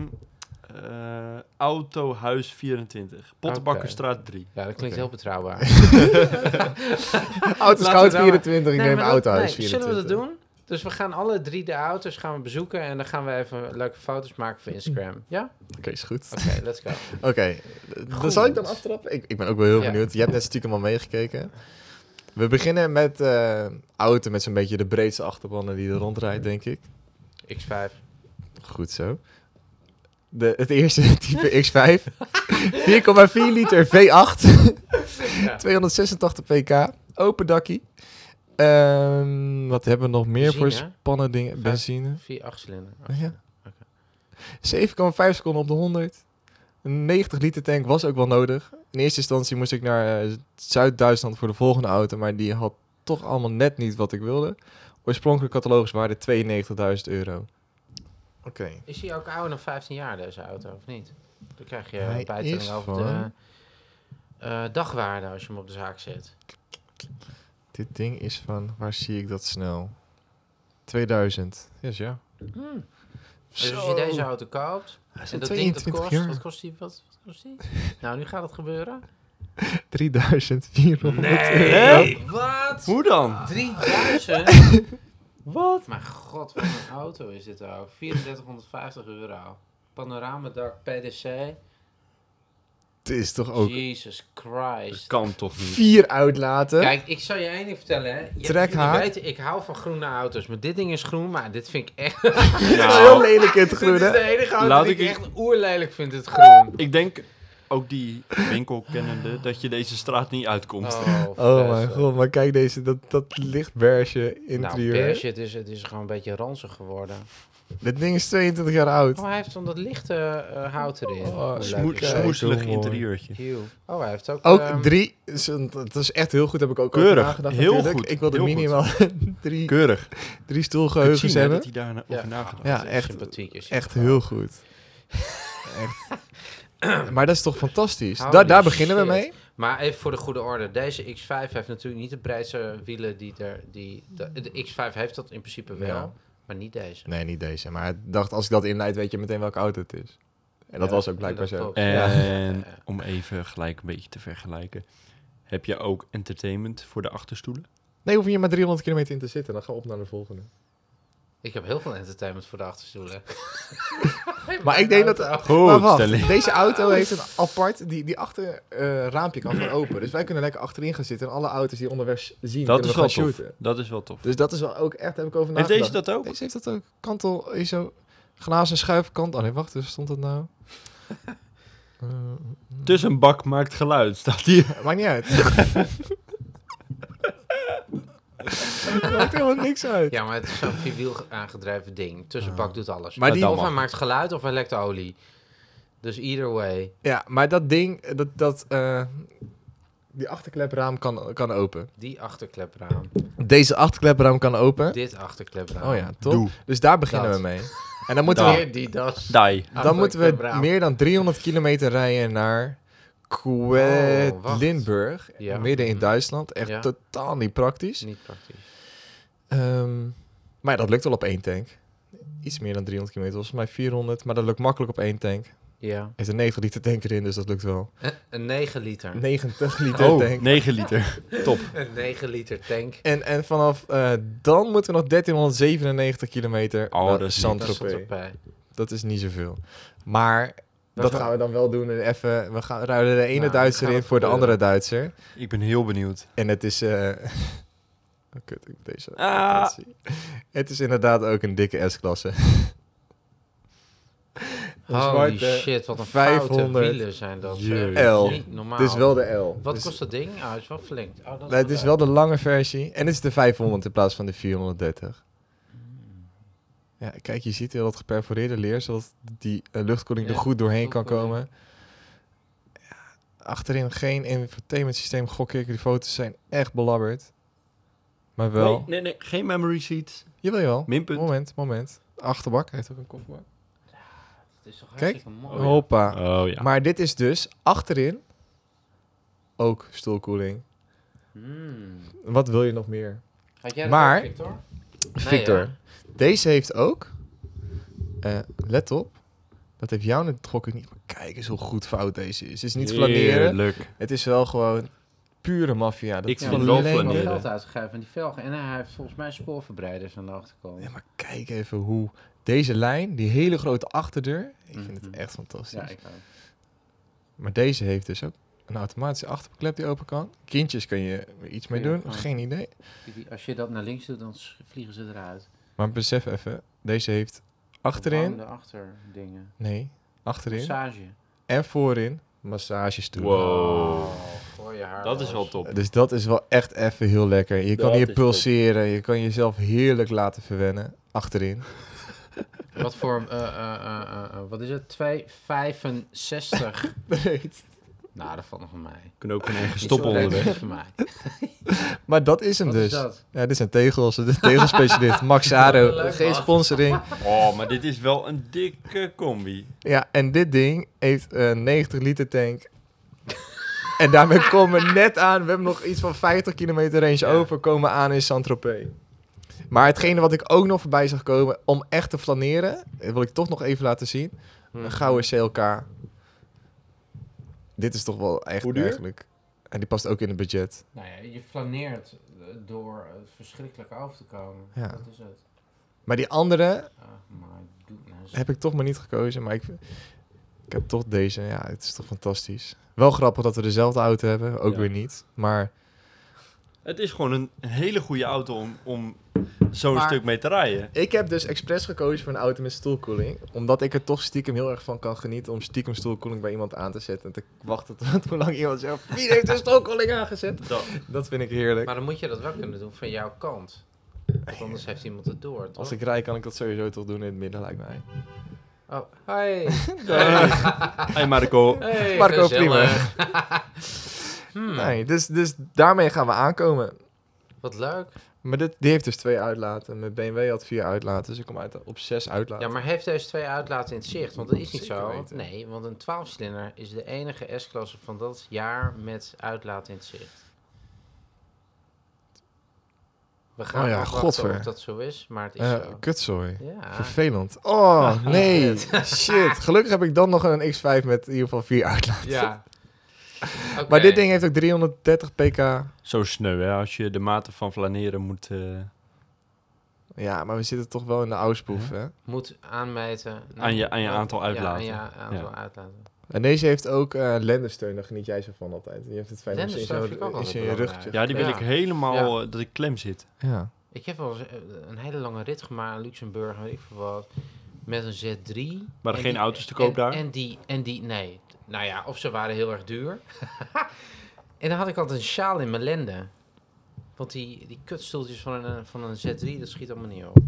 eh, Autohuis vierentwintig. Pottenbakkerstraat drie. Ja, dat klinkt Oké. heel betrouwbaar. Autoscout Laten we daar- vierentwintig, ik Nee, neem maar dat- Autohuis nee, vierentwintig. Zullen we dat doen? Dus we gaan alle drie de auto's gaan we bezoeken en dan gaan we even leuke foto's maken voor Instagram. Ja? Oké, is goed. Oké, let's go. Oké, dan Goed. zal ik dan aftrappen? Ik, ik ben ook wel heel Ja. benieuwd. Je hebt net stiekem al meegekeken. We beginnen met eh auto met zo'n beetje de breedste achterbannen die er rondrijdt, denk ik. X vijf. Goed zo. De, het eerste type X vijf. vier komma vier liter V acht. Ja. tweehonderdzesentachtig pk. Open dakkie. Ehm, wat hebben we nog meer voor Benzine, hè? spannende dingen? Vijf- Benzine. Vier achtcilinder. Ja. Oké. zeven komma vijf seconden op de honderd. Een negentig liter tank was ook wel nodig. in eerste instantie moest ik naar uh, Zuid-Duitsland voor de volgende auto, maar die had toch allemaal net niet wat ik wilde. Oorspronkelijk catalogus waarde tweeënnegentigduizend euro. Oké. Okay. Is hij ook ouder dan vijftien jaar, deze auto, of niet? Dan krijg je Hij bijtelling is over van- de uh, dagwaarde als je hem op de zaak zet. Dit ding is van, waar zie ik dat snel? tweeduizend. Yes, ja. Hmm. Dus als je deze auto koopt, Hij is en al dat ding dat tweeëntwintig kost, jaar. wat kost die? Wat, wat kost die? Nou, nu gaat het gebeuren. drieduizend vierhonderd Nee! Wat? Hoe dan? drieduizend? Wat? Mijn god, wat een auto is dit ook. vierendertighonderdvijftig euro. Panoramadak, P D C. Het is toch ook Jesus Dat Christ. kan toch niet? vier uitlaten. Kijk, ik zal je één ding vertellen, hè. Je, Trekhaak. jullie weten, ik hou van groene auto's, maar dit ding is groen, maar dit vind ik echt... Heel lelijk in het groen, Dit is de hè? enige auto Laat die ik ik eens- echt oerlelijk vind, het groen. Ik denk, ook die winkel kennende, dat je deze straat niet uitkomt. Oh, Oh mijn vreselijk. god, maar kijk deze, dat, dat licht beige Nou, interieur. beige, het is, het is gewoon een beetje ranzig geworden. Dit ding is tweeëntwintig jaar oud. Oh, hij heeft dan dat lichte uh, hout erin. Oh, Hoe leuk Smoe- is kijk, dat? Smoeselig zo mooi. interieurtje. Eeuw. Oh, hij heeft ook... Ook ehm, drie, is een- dat is echt heel goed, heb ik ook Keurig, over nagedacht heel natuurlijk. goed, Ik wilde heel minimaal drie, Keurig. drie Je kunt stoelgeheugens zien, hè, hebben. dat hij daar na- Ja. over nagedacht Ja, dat is echt- sympathiek is hij Echt toch heel wel. goed. Echt. Maar dat is toch fantastisch? Holy Daar, daar beginnen we shit. mee. Maar even voor de goede orde. Deze X vijf heeft natuurlijk niet de breedste wielen die er... Die, de, de X vijf heeft dat in principe wel, Ja. maar niet deze. Nee, niet deze. Maar ik dacht, als ik dat inleid, weet je meteen welke auto het is. En dat Ja, was ook blijkbaar dat zo. klopt. En Ja. om even gelijk een beetje te vergelijken. Heb je ook entertainment voor de achterstoelen? Nee, hoef je maar driehonderd kilometer in te zitten. Dan gaan we op naar de volgende. Ik heb heel veel entertainment voor de achterstoelen. Maar ik denk dat... Goed, maar wacht, stelling. deze auto heeft een apart... Die, die achter eh, raampje kan gewoon open. Dus wij kunnen lekker achterin gaan zitten. En alle auto's die onderweg zien, Dat kunnen is we wel gaan tof. shooten. Dat is wel tof. Dus dat is wel ook echt, heb ik over Heeft nagedacht. deze dat ook? Deze heeft dat ook. Kantel is zo... Glazen schuifkant. Oh nee, wacht. Dus stond dat nou? Uh, Tussenbak maakt geluid, staat hier. maakt niet uit. Het maakt helemaal niks uit. Ja, maar het is zo'n vierwiel aangedreven ding. Tussenbak Ah. doet alles. Maar die- of hij maakt geluid of hij lekt olie. Dus either way. Ja, maar dat ding... Dat, dat, eh, die achterklepraam kan, kan open. Die achterklepraam. Deze achterklepraam kan open. Dit achterklepraam. Oh ja, top. Doe. Dus daar beginnen Dat. we mee. En dan moeten, Daar. we, Weer die das. Die. dan moeten we Achterklepraam. meer dan driehonderd kilometer rijden naar Oh, wacht. Quedlinburg. Ja. Midden in Duitsland. Echt Ja. totaal niet praktisch. Niet praktisch. Ehm, maar ja, dat lukt wel op één tank. Iets meer dan driehonderd kilometer. Volgens mij vierhonderd. Maar dat lukt makkelijk op één tank. Ja. Heeft een negentig liter tank erin, dus dat lukt wel. Een, een negen liter. negentig liter Oh, tank. negen liter. Top. Een negen liter tank. En, en vanaf eh, dan moeten we nog dertienhonderdzevenennegentig kilometer Oh, naar dat is niet- Dat Saint-Tropez. stond erbij. Dat is niet zoveel. Maar We dat gaan- gaan we dan wel doen. En even, we gaan ruilen de ene Nou, dan Duitser gaat in het voor de gebeuren. andere Duitser. Ik ben heel benieuwd. En het is... eh oh, kut, ik moet deze Ah. laten zien. Het is inderdaad ook een dikke S-klasse. Een Holy zwarte shit, wat een vijfhonderd foute wielen zijn dat. zeg. Jezus. Dat is L. Niet normaal. Het is wel de L. Wat Dus- kost dat ding? Ah, het is wel flink. Oh, dat Nee, het is wel de lange versie. En het is de vijfhonderd in plaats van de vierhonderddertig. Ja, kijk, je ziet heel dat geperforeerde leer, zodat die eh, luchtkoeling er Ja, goed doorheen kan luchtkoeling. komen. Ja, achterin geen infotainment systeem, gok ik. Die foto's zijn echt belabberd. Maar wel. Nee, nee, nee. Geen memory seat. Jawel, jawel. Minpunt. Moment, moment. Achterbak heeft ook een kofferbak. Het is toch Kijk. hartstikke mooi. Hoppa. Oh ja. Maar dit is dus achterin ook stoelkoeling. Hmm. Wat wil je nog meer? Had jij dat Maar- ook, Victor? Victor, ja. deze heeft ook, eh, let op, dat heeft jou net gok ik niet, maar kijk eens hoe goed fout deze is. Het is niet flaneren, Heerlijk. het is wel gewoon pure maffia. Dat Ik is vind van het wel lengte. Wat flaneren. geld uitgegeven aan die velgen. En hij heeft volgens mij spoorverbreiders aan de achterkant. Ja, maar kijk even hoe deze lijn, die hele grote achterdeur, ik vind het Mhm. echt fantastisch. Ja, ik ook. Maar deze heeft dus ook een automatische achterklep die open kan. Kindjes kan je er iets mee Ja, doen, gewoon. geen idee. Die- die- Als je dat naar links doet, dan s- vliegen ze eruit. Maar besef even, deze heeft achterin, De achterdingen. nee, achterin Massage. en voorin massagestoel. Wow. Gooi je haar Dat is los. wel top. Dus dat is wel echt even heel lekker. Je kan Dat hier is pulseren, je kan jezelf heerlijk laten verwennen. Achterin. Wat voor, eh, eh, eh, eh, eh, wat is het? twee vijfenzestig. Breed. Nou, dat valt nog van mij. Kunnen ook gewoon ergens Niet stoppen zo leuk, onderweg. dat is van mij. Maar dat is hem Wat dus. is dat? Ja, dit zijn tegels. De tegelspecialist. Max Saro. Leuk, Geen man. sponsoring. Oh, maar dit is wel een dikke combi. Ja, en dit ding heeft een negentig liter tank. En daarmee komen we net aan. We hebben nog iets van vijftig kilometer range Ja. over. Komen aan in Saint-Tropez. Maar hetgene wat ik ook nog voorbij zag komen. Om echt te flaneren. Dat wil ik toch nog even laten zien. Hm. Een gouden C L K. Dit is toch wel echt Hoe duur? eigenlijk. En die past ook in het budget. Nou ja, je flaneert eh, door het verschrikkelijk af te komen. Ja. Dat is het. Maar die andere Oh my goodness. heb ik toch maar niet gekozen. Maar ik, ik heb toch deze. Ja, het is toch fantastisch. Wel grappig dat we dezelfde auto hebben. Ook Ja. weer niet. Maar Het is gewoon een, een hele goede auto om, om zo'n Maar- stuk mee te rijden. ik heb dus expres gekozen voor een auto met stoelkoeling. Omdat ik er toch stiekem heel erg van kan genieten om stiekem stoelkoeling bij iemand aan te zetten. En te wachten tot hoe lang iemand zegt, wie heeft de stoelkoeling aangezet? Dat. Dat vind ik heerlijk. Maar dan moet je dat wel kunnen doen van jouw kant. Want anders heeft iemand het door, toch? Als ik rij kan ik dat sowieso toch doen in het midden, lijkt mij. Oh, hi. Hey Marco. Hey, Marco, gezellig. Hmm, Nee, dus, dus daarmee gaan we aankomen. Wat leuk. Maar dit, die heeft dus twee uitlaten. Mijn B M W had vier uitlaten, dus ik kom uit op zes uitlaten. Ja, maar heeft deze twee uitlaten in het zicht? Want dat is niet Zeker zo. weten. Nee, want een twaalf-cilinder is de enige S-klasse van dat jaar met uitlaten in het zicht. We gaan Oh ja, afwachten godver. of dat zo is, maar het is Eh, zo. kutzooi. Ja. Vervelend. Oh, nee. Kut. Shit. Gelukkig heb ik dan nog een X vijf met in ieder geval vier uitlaten. Ja. Oké. Maar dit ding heeft ook driehonderddertig pk. Zo sneu, hè? Als je de mate van flaneren moet... eh, Ja, maar we zitten toch wel in de auspoef, hè? moet aanmeten. Aan je- aan je aantal uitlaten. Ja, aan je aantal Ja. uitlaten. En deze heeft ook eh lendensteun, daar geniet jij zo van altijd. Die heeft het fijn als je in Lendensteun vind ik ook zo- als je in altijd je belangrijk. rug. ja, die wil Ja. ik helemaal... Ja. eh, dat ik klem zit. Ja. Ik heb wel eens eh, een hele lange rit gemaakt in Luxemburg, weet ik veel wat. Met een Z drie. Waren En geen die- auto's te koop en- daar? En die, en die, nee. Nou ja, of ze waren heel erg duur. En dan had ik altijd een sjaal in mijn lenden. Want die, die kutstoeltjes van een, van een Z drie, dat schiet allemaal niet op.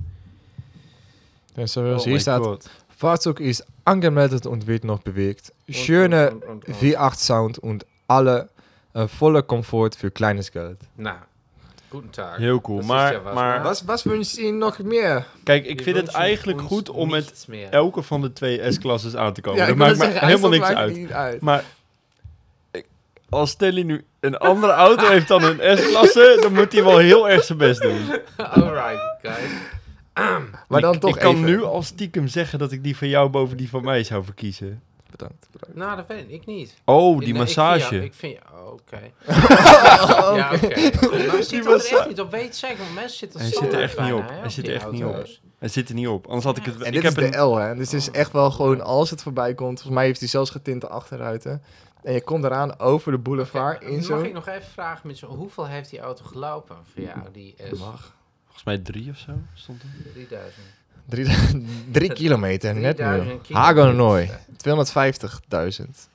En zoals Oh hier my staat, God. Fahrzeug ist angemeldet und wird noch bewegt. Schöne Und- und- und- und- V acht Sound und alle äh, voller Komfort für kleines Geld. Nou, goeden taak. Heel cool. Dat is Maar, ja was, maar maar- Was, was wünscht ihr nog meer? kijk, ik Die vind het wensen eigenlijk ons goed om met niets meer. elke van de twee S-klasses aan te komen. ik dat wou maakt me zeggen, helemaal hij niks maakt uit. niet uit. Maar ik- als Stanley nu een andere auto heeft dan een S-klasse, dan moet hij wel heel erg zijn best doen. Alright, guys. Maar dan ik, toch ik kan even. nu al stiekem zeggen dat ik die van jou boven die van mij zou verkiezen. Bedankt, bedankt. Nou, dat weet ik niet. Oh, Ik- die nee, massage. Ik vind jou, ik vind jou- oh, oké. Ja, oké. Goed, maar zit dat er echt niet op? Weet je zeker, want mensen zitten Hij zo zit er echt niet bijna, op. hè, Hij zit er die echt niet op. auto's. Hij zit er niet op. Anders had ik het... En ik dit heb is de een, L, hè? Dus het is echt wel gewoon, als het voorbij komt, volgens mij heeft hij zelfs getinte achterruiten. En je komt eraan over de boulevard Oké, in Mag zo. ik nog even vragen, met zo, hoeveel heeft die auto gelopen voor jou, die S? Mag. volgens mij drie of zo stond er. drieduizend. Drie, drie kilometer, net drieduizend nu. kilometer. Hagonooi, tweehonderdvijftigduizend.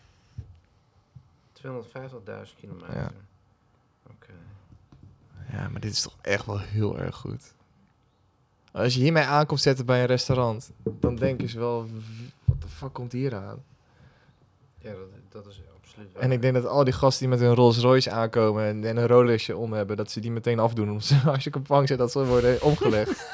tweehonderdvijftigduizend kilometer. Ja. Oké. Ja, maar dit is toch echt wel heel erg goed. Als je hiermee aankomt zetten bij een restaurant, dan denk je wel, wat de fuck komt hier aan? Ja, dat, dat is absoluut waar. En ik denk dat al die gasten die met hun Rolls Royce aankomen en, en een Rolexje om hebben, dat ze die meteen afdoen. Om ze, als je op vang zet, dat ze worden omgelegd.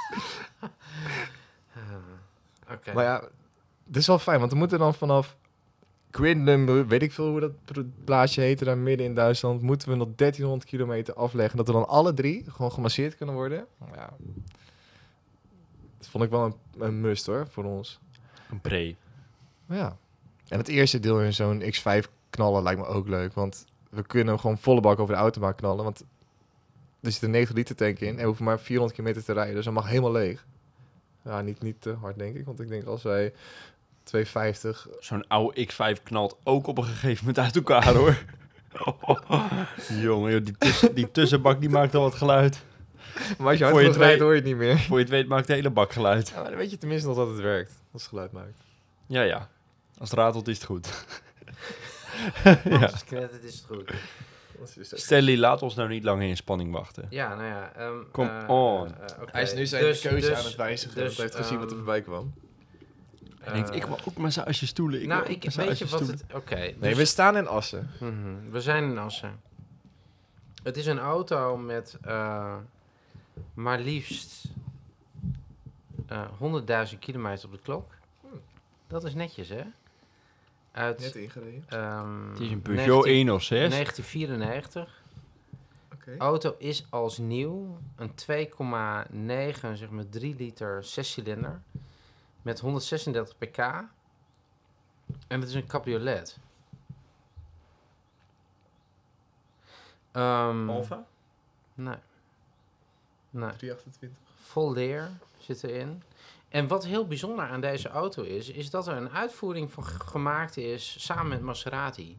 Ah, Oké. Maar ja, het is wel fijn, want we moeten dan vanaf Quidnum, weet ik veel hoe dat plaatsje heette, daar midden in Duitsland, moeten we nog dertienhonderd kilometer afleggen. Dat we dan alle drie gewoon gemasseerd kunnen worden. Ja. Dat vond ik wel een, een must hoor, voor ons. Een pre. Maar ja. En het eerste deel in zo'n X vijf knallen lijkt me ook leuk, want we kunnen hem gewoon volle bak over de autobaan knallen, want er zit een negen liter tank in en we hoeven maar vierhonderd kilometer te rijden, dus dat mag helemaal leeg. Ja, niet, niet te hard denk ik, want ik denk als wij tweehonderdvijftig... Zo'n oude X vijf knalt ook op een gegeven moment uit elkaar, hoor. Jongen, joh, die, tussen, die tussenbak die maakt al wat geluid. Maar als je Voor hard je genoeg rijdt, twee- hoor je het niet meer. Voor je het weet maakt de hele bak geluid. Ja, maar dan weet je tenminste nog dat het werkt, als het geluid maakt. Ja, ja. Als het ratelt is het goed. Ja. ja. Als het knettert is het goed. Stanley, laat ons nou niet langer in spanning wachten. Ja, nou ja. ehm, Come eh, on. eh, oké. Hij is nu zijn Dus- keuze dus- aan het wijzigen, dus, want hij heeft gezien wat er ehm, voorbij kwam. Hij denkt, ik wil ook massagestoelen. Ik nou, wil ook ik weet je wat massagestoelen. het... Oké, Nee, dus- we staan in Assen. Mhm, we zijn in Assen. Het is een auto met uh, maar liefst uh, honderdduizend kilometer op de klok. Hmm. Dat is netjes, hè? Uit Net ingereden. ehm, Het is een Peugeot negentien honderdzes. negentien vierennegentig. Oké. Auto is als nieuw. Een twee komma negen, zeg maar drie liter zescilinder. Met honderdzesendertig pk. En het is een cabriolet. Um, Alfa? Nee. Nee. driehonderdachtentwintig. Vol leer zit erin. En wat heel bijzonder aan deze auto is, is dat er een uitvoering van g- gemaakt is samen met Maserati.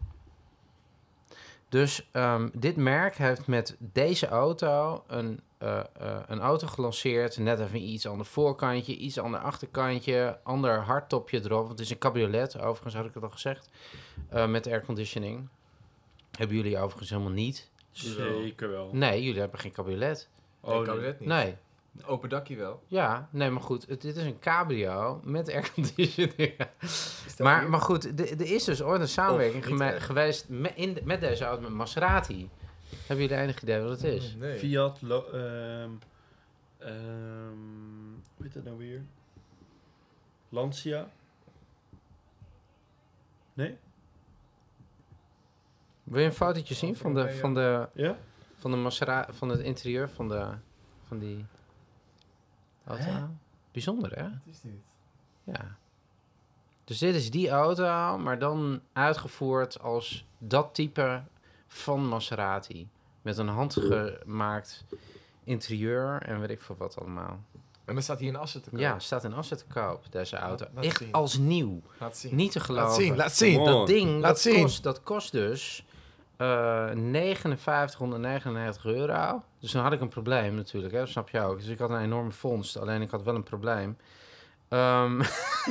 Dus um, dit merk heeft met deze auto een, uh, uh, een auto gelanceerd. Net even iets aan de voorkantje, iets aan de achterkantje, ander hardtopje erop. Want het is een cabriolet, overigens had ik het al gezegd, uh, met airconditioning. Hebben jullie overigens helemaal niet. Zeker wel. Nee, jullie hebben geen cabriolet. Oh, nee, kabinet niet. Nee. Open dakje wel. Ja, nee, maar goed, het, dit is een cabrio met airconditioning. Is dat Maar, hier? maar goed, er er is dus ooit een samenwerking Of niet geme- echt. geweest met, in de- met deze auto met Maserati. Hebben jullie enig idee wat het is? Nee. Fiat, lo, ehm, ehm, hoe heet dat nou weer? Lancia? Nee? Wil je een fotootje zien van de, van de, Ja? van de Maserati, van het interieur van, de, van die auto? Hè? Bijzonder, hè? Wat is dit? Ja. Dus dit is die auto, maar dan uitgevoerd als dat type van Maserati. Met een handgemaakt interieur en weet ik veel wat allemaal. En dan staat hier in Assen te koop. Ja, staat in Assen te koop, deze auto. Laat Echt zien. als nieuw. Laat zien. Niet te geloven. Laat zien, laat zien. Come on. Dat ding, Laat dat, zien. Kost, dat kost dus uh, negenenvijftighonderdnegenennegentig euro. Dus dan had ik een probleem natuurlijk, hè? Dat snap je ook. Dus ik had een enorme vondst, alleen ik had wel een probleem. Um,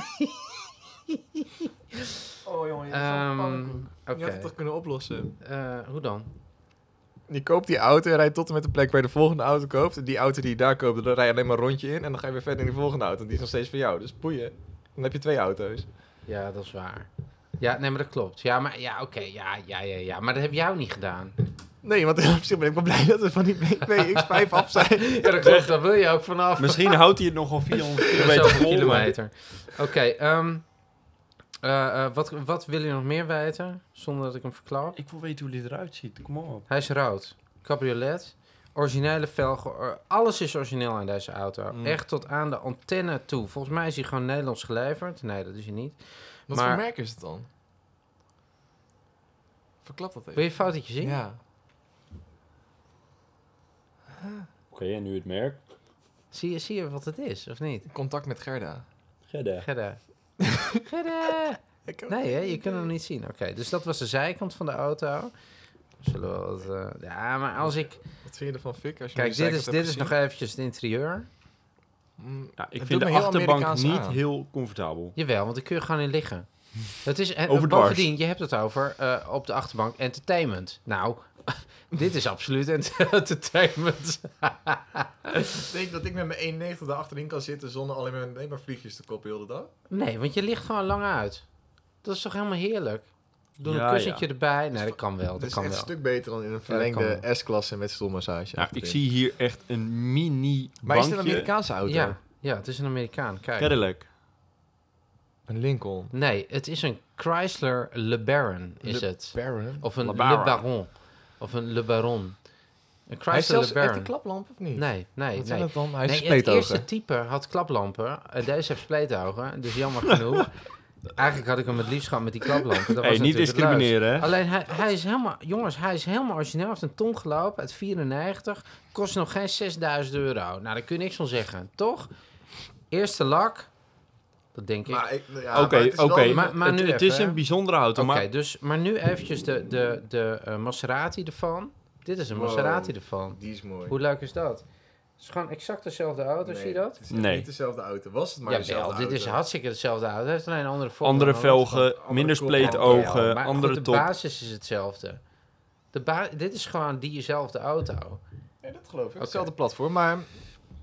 Oh jongen, je um, Je Oké, had het toch kunnen oplossen? Uh, hoe dan? Je koopt die auto en rijdt tot en met de plek waar je de volgende auto koopt. En die auto die je daar koopt, daar rij je alleen maar een rondje in. En dan ga je weer verder in die volgende auto. En die is nog steeds van jou. Dus boeien. Dan heb je twee auto's. Ja, dat is waar. Ja, nee, maar dat klopt. Ja, maar ja, oké, ja, ja, ja, ja. Maar dat heb jij ook niet gedaan. Nee, want op zich ben ik wel blij dat we van die B M W X vijf af zijn. Ja, dat klopt. Daar wil je ook vanaf. Misschien houdt hij het nog wel vierhonderd kilometer Zoveel vol. maar- kilometer. Oké, ehm, uh, uh, wat, wat wil je nog meer weten, zonder dat ik hem verklap? Ik wil weten hoe dit eruit ziet. Kom op. Hij is rood. Cabriolet. Originele velgen. or- alles is origineel aan deze auto. Mm. Echt tot aan de antenne toe. Volgens mij is hij gewoon Nederlands geleverd. Nee, dat is hij niet. Wat Maar- voor merk is het dan? Verklap dat even. Wil je een fotootje zien? Ja. Oké, en nu het merk. Zie, je, zie je wat het is, of niet? Contact met Gerda. Gedda. Gerda. Gerda! Ik ook. Nee, hè? Je kunt hem niet zien. Oké, dus dat was de zijkant van de auto. Zullen we wat, uh, ja, maar als ik... Wat vind je ervan, Fik? Als je Kijk, hem dit is, dit is nog eventjes het interieur. Mm, Nou, ik Het vind doet de me heel achterbank Amerikaans niet aan. heel comfortabel. Jawel, want daar kun je gewoon in liggen. Het is, en, Overdwars. bovendien, je hebt het over uh, op de achterbank entertainment. Nou, dit is absoluut ent- entertainment. Ik denk dat ik met mijn één komma negentig achterin kan zitten zonder alleen maar, alleen maar vliegjes te koppen heel de dag. Nee, want je ligt gewoon lang uit. Dat is toch helemaal heerlijk? Doe Ja, een kussentje ja. erbij. Nee, dat kan wel. Het Dat is kan echt wel. een stuk beter dan in een dat verlengde kan S-klasse met stoelmassage. Ja, ik achterin. zie hier echt een mini Maar is het bankje. een Amerikaanse auto? Ja, ja, het is een Amerikaan. Kijk. Cadillac. Een Lincoln. Nee, het is een Chrysler LeBaron, is Le het. Baron. Of een LeBaron. LeBaron. Of een LeBaron. Een Hij is Chrysler zelfs echt LeBaron. een klaplamp of niet? Nee, nee, Wat zijn nee. dat dan? Hij is Nee, het spleetogen. eerste type had klaplampen. Uh, deze heeft spleetogen, dus jammer genoeg. Eigenlijk had ik hem het liefst gehad met die klaplampen. Dat Hey, was niet natuurlijk het leukste. discrimineren, hè? Alleen hij, hij is helemaal, jongens, hij is helemaal origineel. Hij heeft een ton gelopen uit vierennegentig. Kost nog geen zesduizend euro. Nou, daar kun je niks van zeggen, toch? Eerste lak. Dat denk ik. Maar ik- ja, Oké, maar het is wel- oké. Maar- maar Het, nu het even, is hè? een bijzondere auto, Oké, maar... dus, maar nu eventjes de, de, de uh, Maserati ervan. Dit is een Wow. Maserati ervan. Die is mooi. Hoe leuk is dat? Het is gewoon exact dezelfde auto, zie je dat? Het is echt Nee. niet dezelfde auto. Was het maar Ja, dezelfde dit is auto. hartstikke dezelfde auto. Het heeft alleen een andere vorm. Andere dan velgen, andere minder kop. spleetogen, Ja, maar andere goed, de top. basis is hetzelfde. De ba- dit is gewoon diezelfde auto. Ja, dat geloof ik. Oké. Hetzelfde platform, maar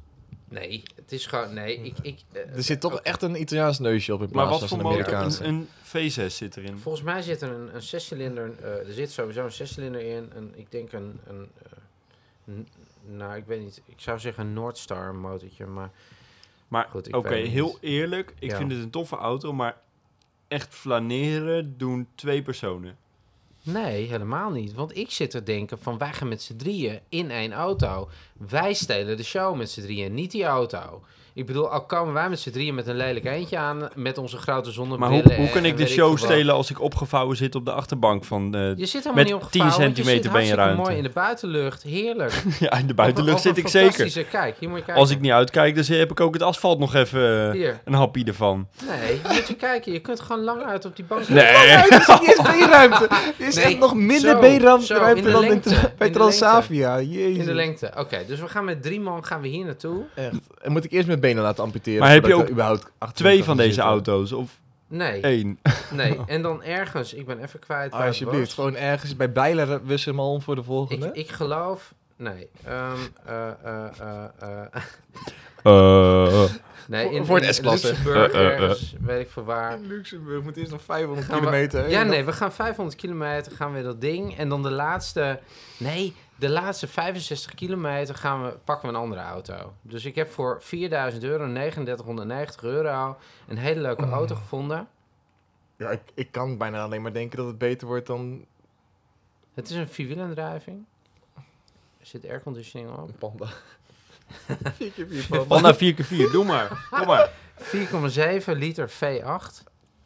Nee, het is gewoon... Nee, ik... ik uh, Er zit toch echt een Italiaans neusje op in Maar plaats wat van voor een motor? Amerikaanse. Een, een V zes zit erin. Volgens mij zit er een, een zescilinder... Uh, er zit sowieso een zescilinder in. Een, ik denk een... een uh, n- nou, ik weet niet. Ik zou zeggen een Northstar motortje, maar... Maar Goed, ik oké, weet het heel niet. eerlijk. Ik Ja. vind het een toffe auto, maar echt flaneren doen twee personen. Nee, helemaal niet. Want ik zit te denken van wij gaan met z'n drieën in één auto. Wij stelen de show met z'n drieën, niet die auto. Ik bedoel, al komen wij met z'n drieën met een lelijk eentje aan, met onze grote zonnebrillen. Maar hoe, hoe en- kan en ik de weet show veel wat. stelen als ik opgevouwen zit op de achterbank van... eh, Je zit helemaal met niet opgevouwen, tien want je centimeter zit ben je hartstikke ruimte. mooi in de buitenlucht. Heerlijk. ja, in de Op buitenlucht een- zit op ik een zeker. fantastische- Kijk, hier moet je kijken. Als ik niet uitkijk, dan heb ik ook het asfalt nog even eh, Hier. een hapje ervan. Nee, moet je kijken. Je kunt gewoon lang uit op die bank. Nee. Er is niet eens beenruimte. Er is Nee, echt nog minder zo, beenruimte zo, in ruimte de dan in lengte, tra- bij in de Transavia. Jezus. In de lengte. Oké, dus we gaan met drie man gaan we hier naartoe. Echt. En moet ik eerst mijn benen laten amputeren? Maar heb je voordat ik ook er überhaupt achter Twee kan van deze zitten? auto's, of Nee, één. nee. En dan ergens, ik ben even kwijt waar Ah, het alsjeblieft, was. gewoon ergens bij Bijler wissel hem al om voor de volgende. Ik, ik geloof... Nee. ehm eh, eh, eh, eh, Uh, nee, Voor- in, voor de in S-klasse. Luxemburg Eh, eh, eh. ergens, weet ik voor waar. In Luxemburg moet eerst nog vijfhonderd Gaan we- kilometer. Ja, En nee, dan- we gaan vijfhonderd kilometer, gaan we dat ding. En dan de laatste... Nee, de laatste vijfenzestig kilometer gaan we, pakken we een andere auto. Dus ik heb voor vierduizend euro, negenendertighonderdnegentig euro, een hele leuke Mm. auto gevonden. Ja, ik, ik kan bijna alleen maar denken dat het beter wordt dan Het is een vierwielaandrijving. Er zit airconditioning op. een Panda. vier keer vier Panda. Panda vier keer vier, doe maar. Doe maar. vier komma zeven liter V acht.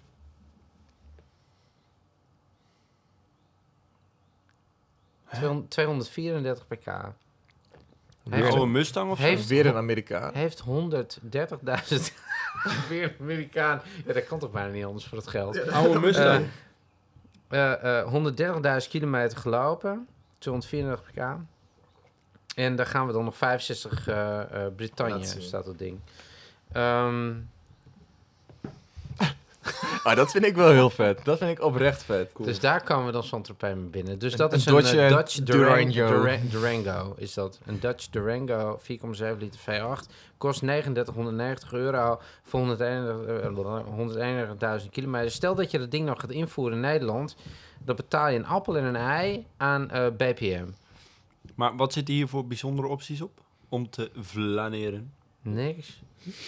tweehonderd tweehonderdvierendertig pk. Weer Oh, een- een Mustang of zo? Heeft- Weer een Amerikaan. Heeft honderddertigduizend... Weer een Amerikaan. Ja, dat kan toch bijna niet anders voor het geld. Oude Mustang. Eh, eh, honderddertigduizend kilometer gelopen. tweehonderdvierendertig pk. En daar gaan we dan nog vijfenzestig eh eh Bretagne, Laat zien. staat dat ding. Ehm, Ah, dat vind ik wel heel vet. Dat vind ik oprecht vet. Dus daar komen we dan Saint-Tropez mee binnen. Dus Een- dat een is een, Dodge, eh, eh, Dutch Durango. Durango. Dura- Durango is dat. Een Dutch Durango, vier komma zeven liter V acht. Kost negenendertighonderdnegentig euro voor honderdeenendertigduizend kilometer. Stel dat je dat ding nog gaat invoeren in Nederland, dan betaal je een appel en een ei aan eh, B P M. Maar wat zitten hier voor bijzondere opties op? Om te flaneren. Niks.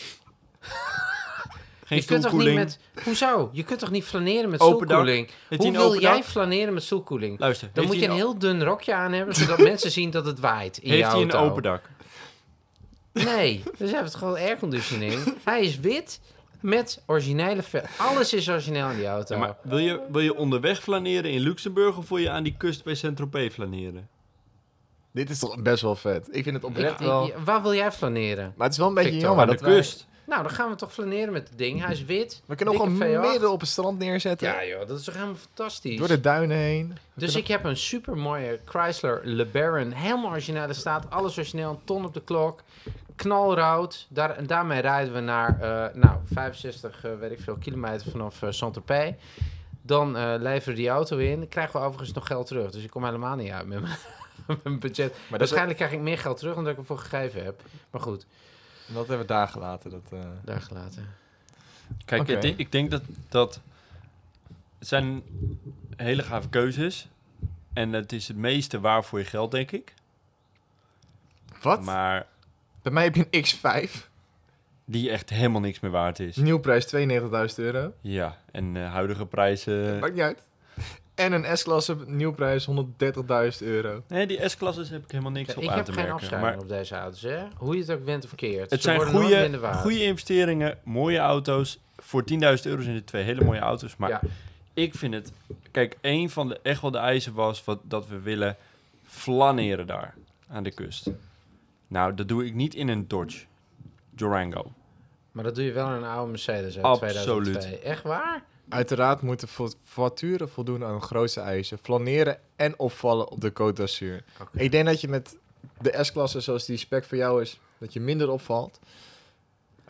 Geen je kunt toch niet stoelkoeling. met... Hoezo? Je kunt toch niet flaneren met Open dak? stoelkoeling? Heeft hij Hoe een wil open jij dak? flaneren met stoelkoeling? Luister. Dan heeft moet je hij een heel dun rokje aan hebben, zodat mensen zien dat het waait in Heeft je hij een auto. open dak? Nee, dus hij heeft gewoon airconditioning. Hij is wit met originele vel. Alles is origineel in die auto. Ja, maar wil je, wil je onderweg flaneren in Luxemburg of wil je aan die kust bij Saint-Tropez flaneren? Dit is toch best wel vet. Ik vind het Ik- oprecht ik- wel... ik- waar wil jij flaneren? Maar het is wel een beetje Victor, jammer aan de dat wij- kust. Nou, dan gaan we toch flaneren met het ding. Hij is wit. We kunnen ook dikke gewoon V acht. midden op het strand neerzetten. Ja joh, dat is toch helemaal fantastisch. Door de duinen heen. We Dus kunnen- ik heb een super mooie Chrysler LeBaron. Helemaal originele staat. Alles origineel. Een ton op de klok. Knalrood. Daar, en daarmee rijden we naar eh, nou, vijfenzestig, eh, weet ik veel, kilometer vanaf eh, Saint-Tropez. Dan eh, leveren we die auto in. Dan krijgen we overigens nog geld terug. Dus ik kom helemaal niet uit met mijn, met mijn budget. Maar dat, Waarschijnlijk krijg ik meer geld terug dan dat ik ervoor gegeven heb. Maar goed, dat hebben we daar gelaten. Dat, eh, daar gelaten. Kijk, Oké. het- ik denk dat, dat... Het zijn hele gave keuzes. En het is het meeste waar voor je geld, denk ik. Wat? Maar Bij mij heb je een X vijf. die echt helemaal niks meer waard is. Nieuwprijs tweeënnegentigduizend euro. Ja, en eh, huidige prijzen... Maakt niet uit. En een S-klasse nieuwprijs honderddertigduizend euro. Nee, die S-klasses heb ik helemaal niks Kijk, op ik aan heb te geen merken. afschrijving Maar op deze auto's, hè? Hoe je het ook went of keert. het Ze zijn worden nooit goede, minder waard. goede investeringen, mooie auto's. Voor tienduizend euro zijn dit twee hele mooie auto's. Maar Ja. ik vind het... Kijk, een van de echt wel de eisen was wat, dat we willen flaneren daar aan de kust. Nou, dat doe ik niet in een Dodge Durango. Maar dat doe je wel in een oude Mercedes uit Absoluut. tweeduizend twee. Echt waar? Uiteraard moeten vo- voituren voldoen aan de grootste eisen. Flaneren en opvallen op de Côte d'Azur. Oké. Ik denk dat je met de S-klasse zoals die spec voor jou is, dat je minder opvalt.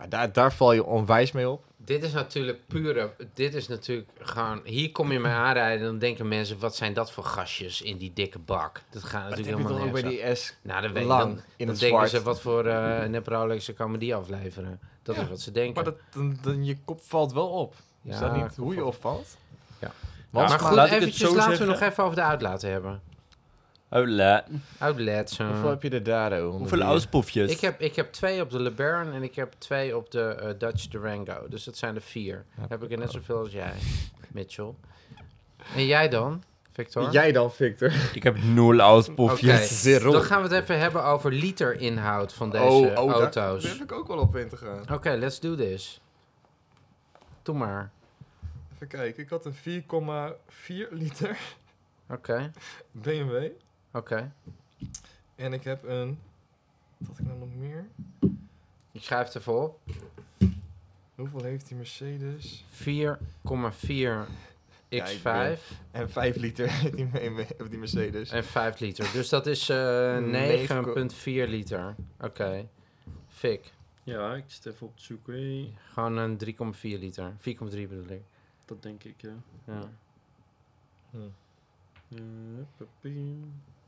Ja, daar, daar val je onwijs mee op. Dit is natuurlijk pure... Dit is natuurlijk gewoon... Hier kom je mee aanrijden en dan denken mensen... Wat zijn dat voor gastjes in die dikke bak? Dat gaat Dat natuurlijk heb je helemaal toch ook bij nergens die S over. Nou, dan, weet, lang dan, in dan het denken zwart. ze... Wat voor uh, nep Rolexen kan me die afleveren? Dat Ja, is wat ze denken. Maar dat, dan, dan, je kop valt wel op. Is Ja, dat niet kop hoe je valt- opvalt? Ja. Want, maar goed, laat ik het eventjes zo laten we zeggen. nog even over de uitlaten hebben. Outlet. Outlets. uh, hoeveel heb je er daar? oh, onder Hoeveel die- auspoefjes? ik, heb, ik heb twee op de LeBaron en ik heb twee op de uh, Dutch Durango. Dus dat zijn er vier. Ja, heb ik er net zoveel als jij, Mitchell. En jij dan, Victor? Jij dan, Victor? Ik heb nul auspoefjes. Oké, Zero. dan gaan we het even hebben over literinhoud van deze oh, oh, daar- auto's. Daar heb ik ook wel op in te gaan. Oké, let's do this. Doe maar. Even kijken, ik had een vier komma vier liter Oké, B M W. oké. En ik heb een... Wat had ik nou nog meer? Ik schrijf het even op. Hoeveel heeft die Mercedes? vier komma vier Ja, X ik vijf En vijf liter heeft die, B M W, of die Mercedes. en vijf liter. Dus dat is uh, negen komma vier liter. Oké. Fik. Ja, ik zit even op te zoeken. Gewoon een drie komma vier liter. vier komma drie bedoel ik. Dat denk ik, ja. Ja. Hm. Uh, papie.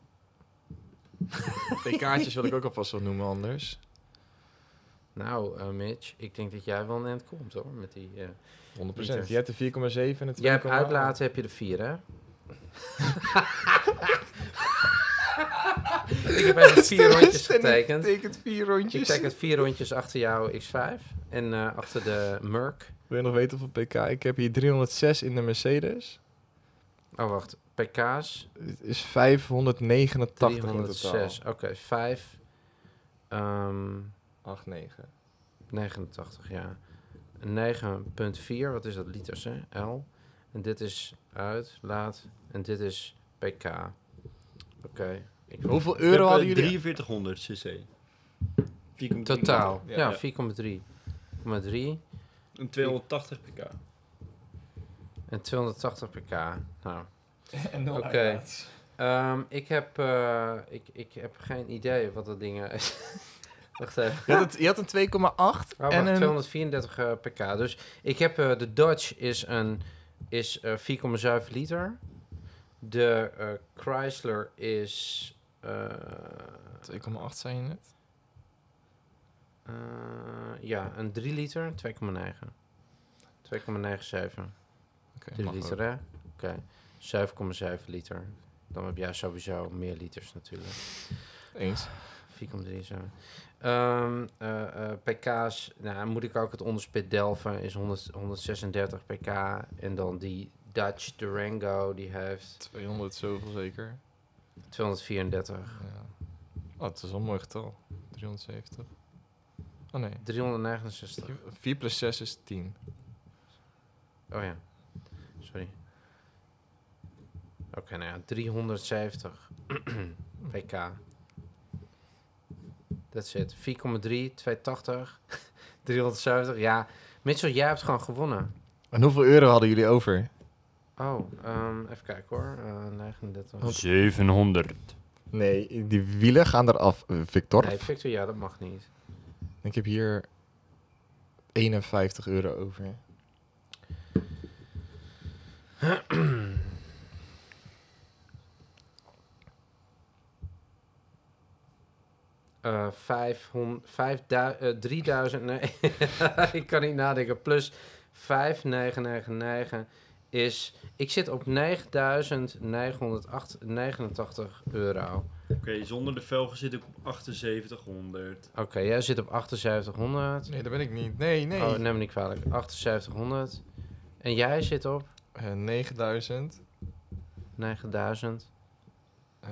pk'tjes wil ik ook alvast wel noemen anders. Nou, uh, Mitch, ik denk dat jij wel een eind komt hoor. Met die, uh, honderd procent. Liters. Je hebt de vier komma zeven en de twee jij hebt komma acht. uitlaten, heb je de vier hè? Ik heb even vier rondjes getekend. Tekent vier Ik rondjes. teken vier rondjes achter jouw X vijf en uh, achter de Merc. Wil je nog weten hoeveel pk? Ik heb hier driehonderdzes in de Mercedes. Oh, wacht. pk's. Het is vijfhonderdnegenentachtig in totaal. driehonderdzes. Oké, okay, vijf. Um, acht, negen. negenentachtig, ja. negen komma vier, wat is dat? Liters, hè? L. En dit is uit, laat. En dit is pk. Oké. Okay. Hoeveel euro hadden jullie? drieënveertighonderd cc. vier komma drie. Totaal. Ja, Ja, ja. vier komma drie. komma drie. Een tweehonderdtachtig pk. En tweehonderdtachtig pk. Nou, En Oké. Okay. Um, ik, heb, uh, ik, ik heb geen idee wat dat ding is. Wacht even. Je had, het, je had een twee komma acht Oh, wacht, en een... tweehonderdvierendertig uh, pk. Dus ik heb uh, de Dodge is, een, is uh, vier komma zeven liter. De uh, Chrysler is... Uh, twee komma acht zei je net? uh, ja, een drie liter, twee komma negen. twee komma negenenzeventig. Oké, drie mag liter, ook. hè? Oké. Okay. zeven komma zeven liter. Dan heb jij sowieso meer liters natuurlijk. Eens. vier komma drie zo. Um, uh, uh, pk's, nou moet ik ook het onderspit delven, is honderd, honderdzesendertig pk. En dan die Dutch Durango, die heeft tweehonderd zoveel zeker. tweehonderdvierendertig. Ja. Oh, het is wel een mooi getal. driehonderdzeventig. Oh nee. driehonderdnegenenzestig. vier plus zes is tien. Oh ja, sorry. Oké, okay, nou ja, driehonderdzeventig pk. That's it. vier komma drie, tweehonderdtachtig, driehonderdzeventig. Ja, Mitchell, jij hebt gewoon gewonnen. En hoeveel euro hadden jullie over? Oh, um, even kijken hoor. Uh, negenendertig. zevenhonderd. Nee, die wielen gaan eraf, uh, Victor. Nee, Victor, ja, dat mag niet. Ik heb hier eenenvijftig euro over. Uh, vijfhonderd, vijfduizend, uh, drieduizend, nee, ik kan niet nadenken. Plus vijf komma negenhonderdnegenennegentig is, ik zit op negenduizend negenhonderdnegenentachtig euro. Oké, okay, zonder de velgen zit ik op achtenzeventighonderd. Oké, okay, jij zit op achtenzeventighonderd. Nee, dat ben ik niet. Nee, nee. Oh, neem me niet kwalijk. achtenzeventighonderd. En jij zit op? Uh, negenduizend. negenduizend. Uh,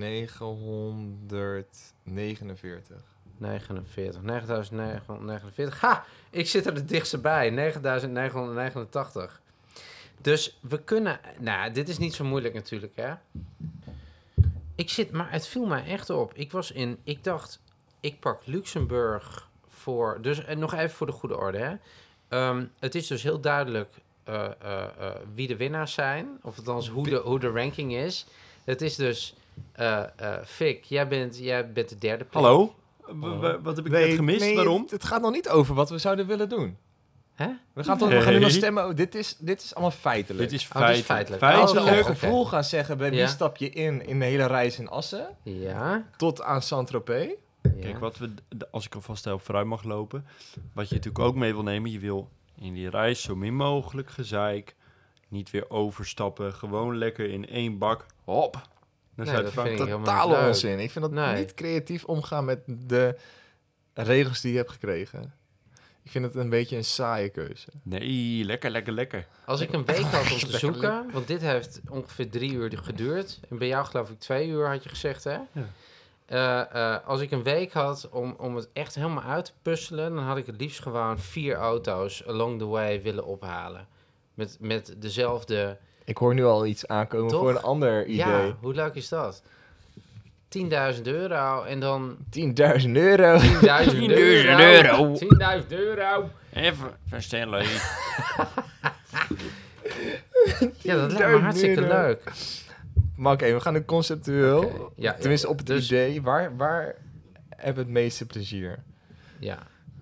negenhonderdnegenenveertig. negenenveertig. negenduizend negenhonderdnegenenveertig. Ha! Ik zit er het dichtste bij. negenduizend negenhonderdnegenentachtig. Dus we kunnen... Nou, dit is niet zo moeilijk natuurlijk, hè? Ik zit... Maar het viel mij echt op. Ik was in... Ik dacht, ik pak Luxemburg voor... Dus en nog even voor de goede orde, hè? Um, het is dus heel duidelijk uh, uh, uh, wie de winnaars zijn. Of althans, hoe de, hoe de ranking is. Het is dus... Uh, uh, Fik, jij bent, jij bent de derde plek. Hallo? W- w- wat heb ik Nee, net gemist? nee, Waarom? Het, het gaat nog niet over wat we zouden willen doen. Hè? We gaan, toch, we gaan nu nog Nee. stemmen. Oh, dit, is, dit is allemaal feitelijk. Dit is Oh, dit is feitelijk. feitelijk. Als we Oh, een oké. gevoel gaan zeggen, bij wie Ja. stap je in in de hele reis in Assen, Ja. tot aan Saint-Tropez. ja. Kijk, wat we, d- als ik alvast heel vooruit mag lopen, wat je natuurlijk ook mee wil nemen, je wil in die reis zo min mogelijk gezeik, niet weer overstappen, gewoon lekker in één bak, hop, naar Nee, Zuid-Frankrijk. dat vind ik helemaal Totale niet leuk. onzin. Ik vind dat Nee. niet creatief omgaan met de regels die je hebt gekregen. Ik vind het een beetje een saaie keuze. Nee, lekker, lekker, lekker. Als ik een week had om te Lekker zoeken, want dit heeft ongeveer drie uur geduurd. En bij jou geloof ik twee uur had je gezegd, hè? Ja. Eh, eh, als ik een week had om, om het echt helemaal uit te puzzelen, dan had ik het liefst gewoon vier auto's along the way willen ophalen. Met, met dezelfde... Ik hoor nu al iets aankomen Toch? voor een ander idee. Ja, hoe leuk is dat? tienduizend euro en dan... tienduizend euro. tienduizend tienduizend euro. euro. tienduizend euro. Even verstellen. Ja, dat lijkt me hartstikke euro. leuk. Maar oké, we gaan nu conceptueel. Oké, ja, Tenminste, ja, op het dus- idee. Waar, waar hebben we het meeste plezier? Ja.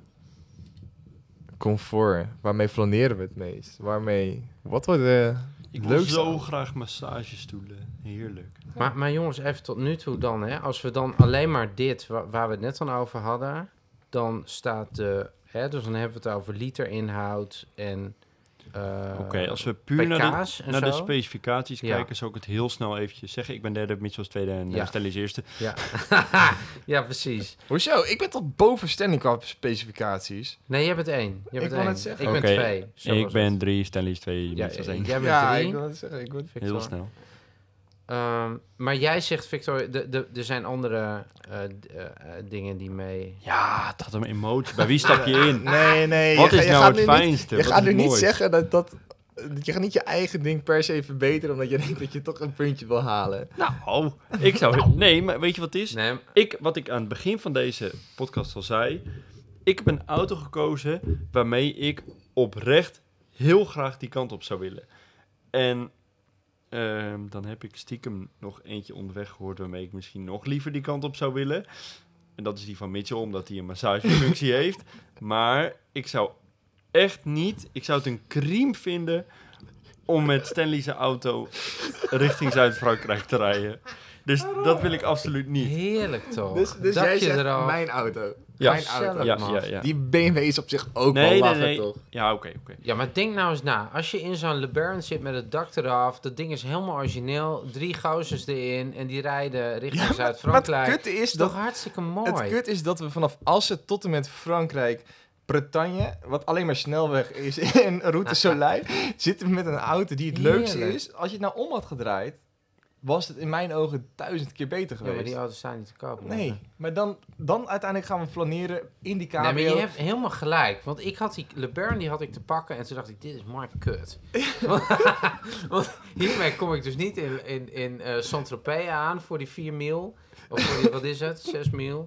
Comfort. Waarmee flaneren we het meest? Waarmee... Wat wordt de Ik wil leukste? zo graag massagestoelen. Heerlijk. Maar, maar jongens, even tot nu toe dan, hè. Als we dan alleen maar dit, wa- waar we het net dan over hadden, dan staat de... Hè, dus dan hebben we het over literinhoud en... eh, Oké, als we puur naar de, pk's en naar de zo. specificaties Ja. kijken, zou ik het heel snel eventjes zeggen. Ik ben derde, Mitchell is tweede en Ja. ja. Stelly is eerste. Ja. ja, precies. Hoezo? Ik ben tot boven Stanley qua specificaties. Nee, jij bent één. Jij Ik bent wou één. net zeggen. Ik ben Oké, twee. Zo Ik was ben het. drie, Stanley is twee, Ja, Mitchell is één. jij bent ja, drie. ik wil het zeggen. Ik wil... Victor. Heel snel. Ehm, maar jij zegt, Victor, de- de- er zijn andere eh, d- eh, eh, dingen die mee... Ja, dat een emotie. Bij wie stap je in? Nee, nee. Wat je, is ga- je nou gaat het nu niet- fijnste? Je Wat gaat is nu het niet mooiste? zeggen dat dat... Je gaat niet je eigen ding per se verbeteren, omdat je denkt dat je toch een puntje wil halen. Nou, ik zou... Nee, maar weet je wat het is? Nee, Ik, wat ik aan het begin van deze podcast al zei... Ik heb een auto gekozen waarmee ik oprecht heel graag die kant op zou willen. En ehm, dan heb ik stiekem nog eentje onderweg gehoord waarmee ik misschien nog liever die kant op zou willen. En dat is die van Mitchell, omdat hij een massagefunctie heeft. Maar ik zou echt niet... Ik zou het een crime vinden om met Stanley's auto richting Zuid-Frankrijk te rijden. Dus dat wil ik absoluut niet. heerlijk toch? Dus, dus Dat jij je zegt er al... mijn auto. Ja. Mijn auto. Ja, man. ja, ja. Die B M W is op zich ook Nee, wel nee, lachen, nee. toch? Ja, oké, oké. Ja, maar denk nou eens na. Als je in zo'n LeBaron zit met het dak eraf, dat ding is helemaal origineel, drie gozers erin en die rijden richting Ja, maar Zuid-Frankrijk. het kutte is is toch dat... hartstikke mooi? Het kut is dat we vanaf Assen tot en met Frankrijk, Bretagne, wat alleen maar snelweg is, en Route Soleil, zitten we met een auto die het leukste Heerlijk. is. Als je het nou om had gedraaid, was het in mijn ogen duizend keer beter Ja, geweest. maar die auto's staan niet te koop. man. Nee, maar dan, dan uiteindelijk gaan we flaneren in die Nee, cabrio. maar je hebt helemaal gelijk. Want ik had die LeBaron die had ik te pakken en toen dacht ik, dit is maar kut. want, want hiermee kom ik dus niet in, in, in uh, Saint-Tropez aan voor die vier mil. Of voor die, wat is het, zes mil.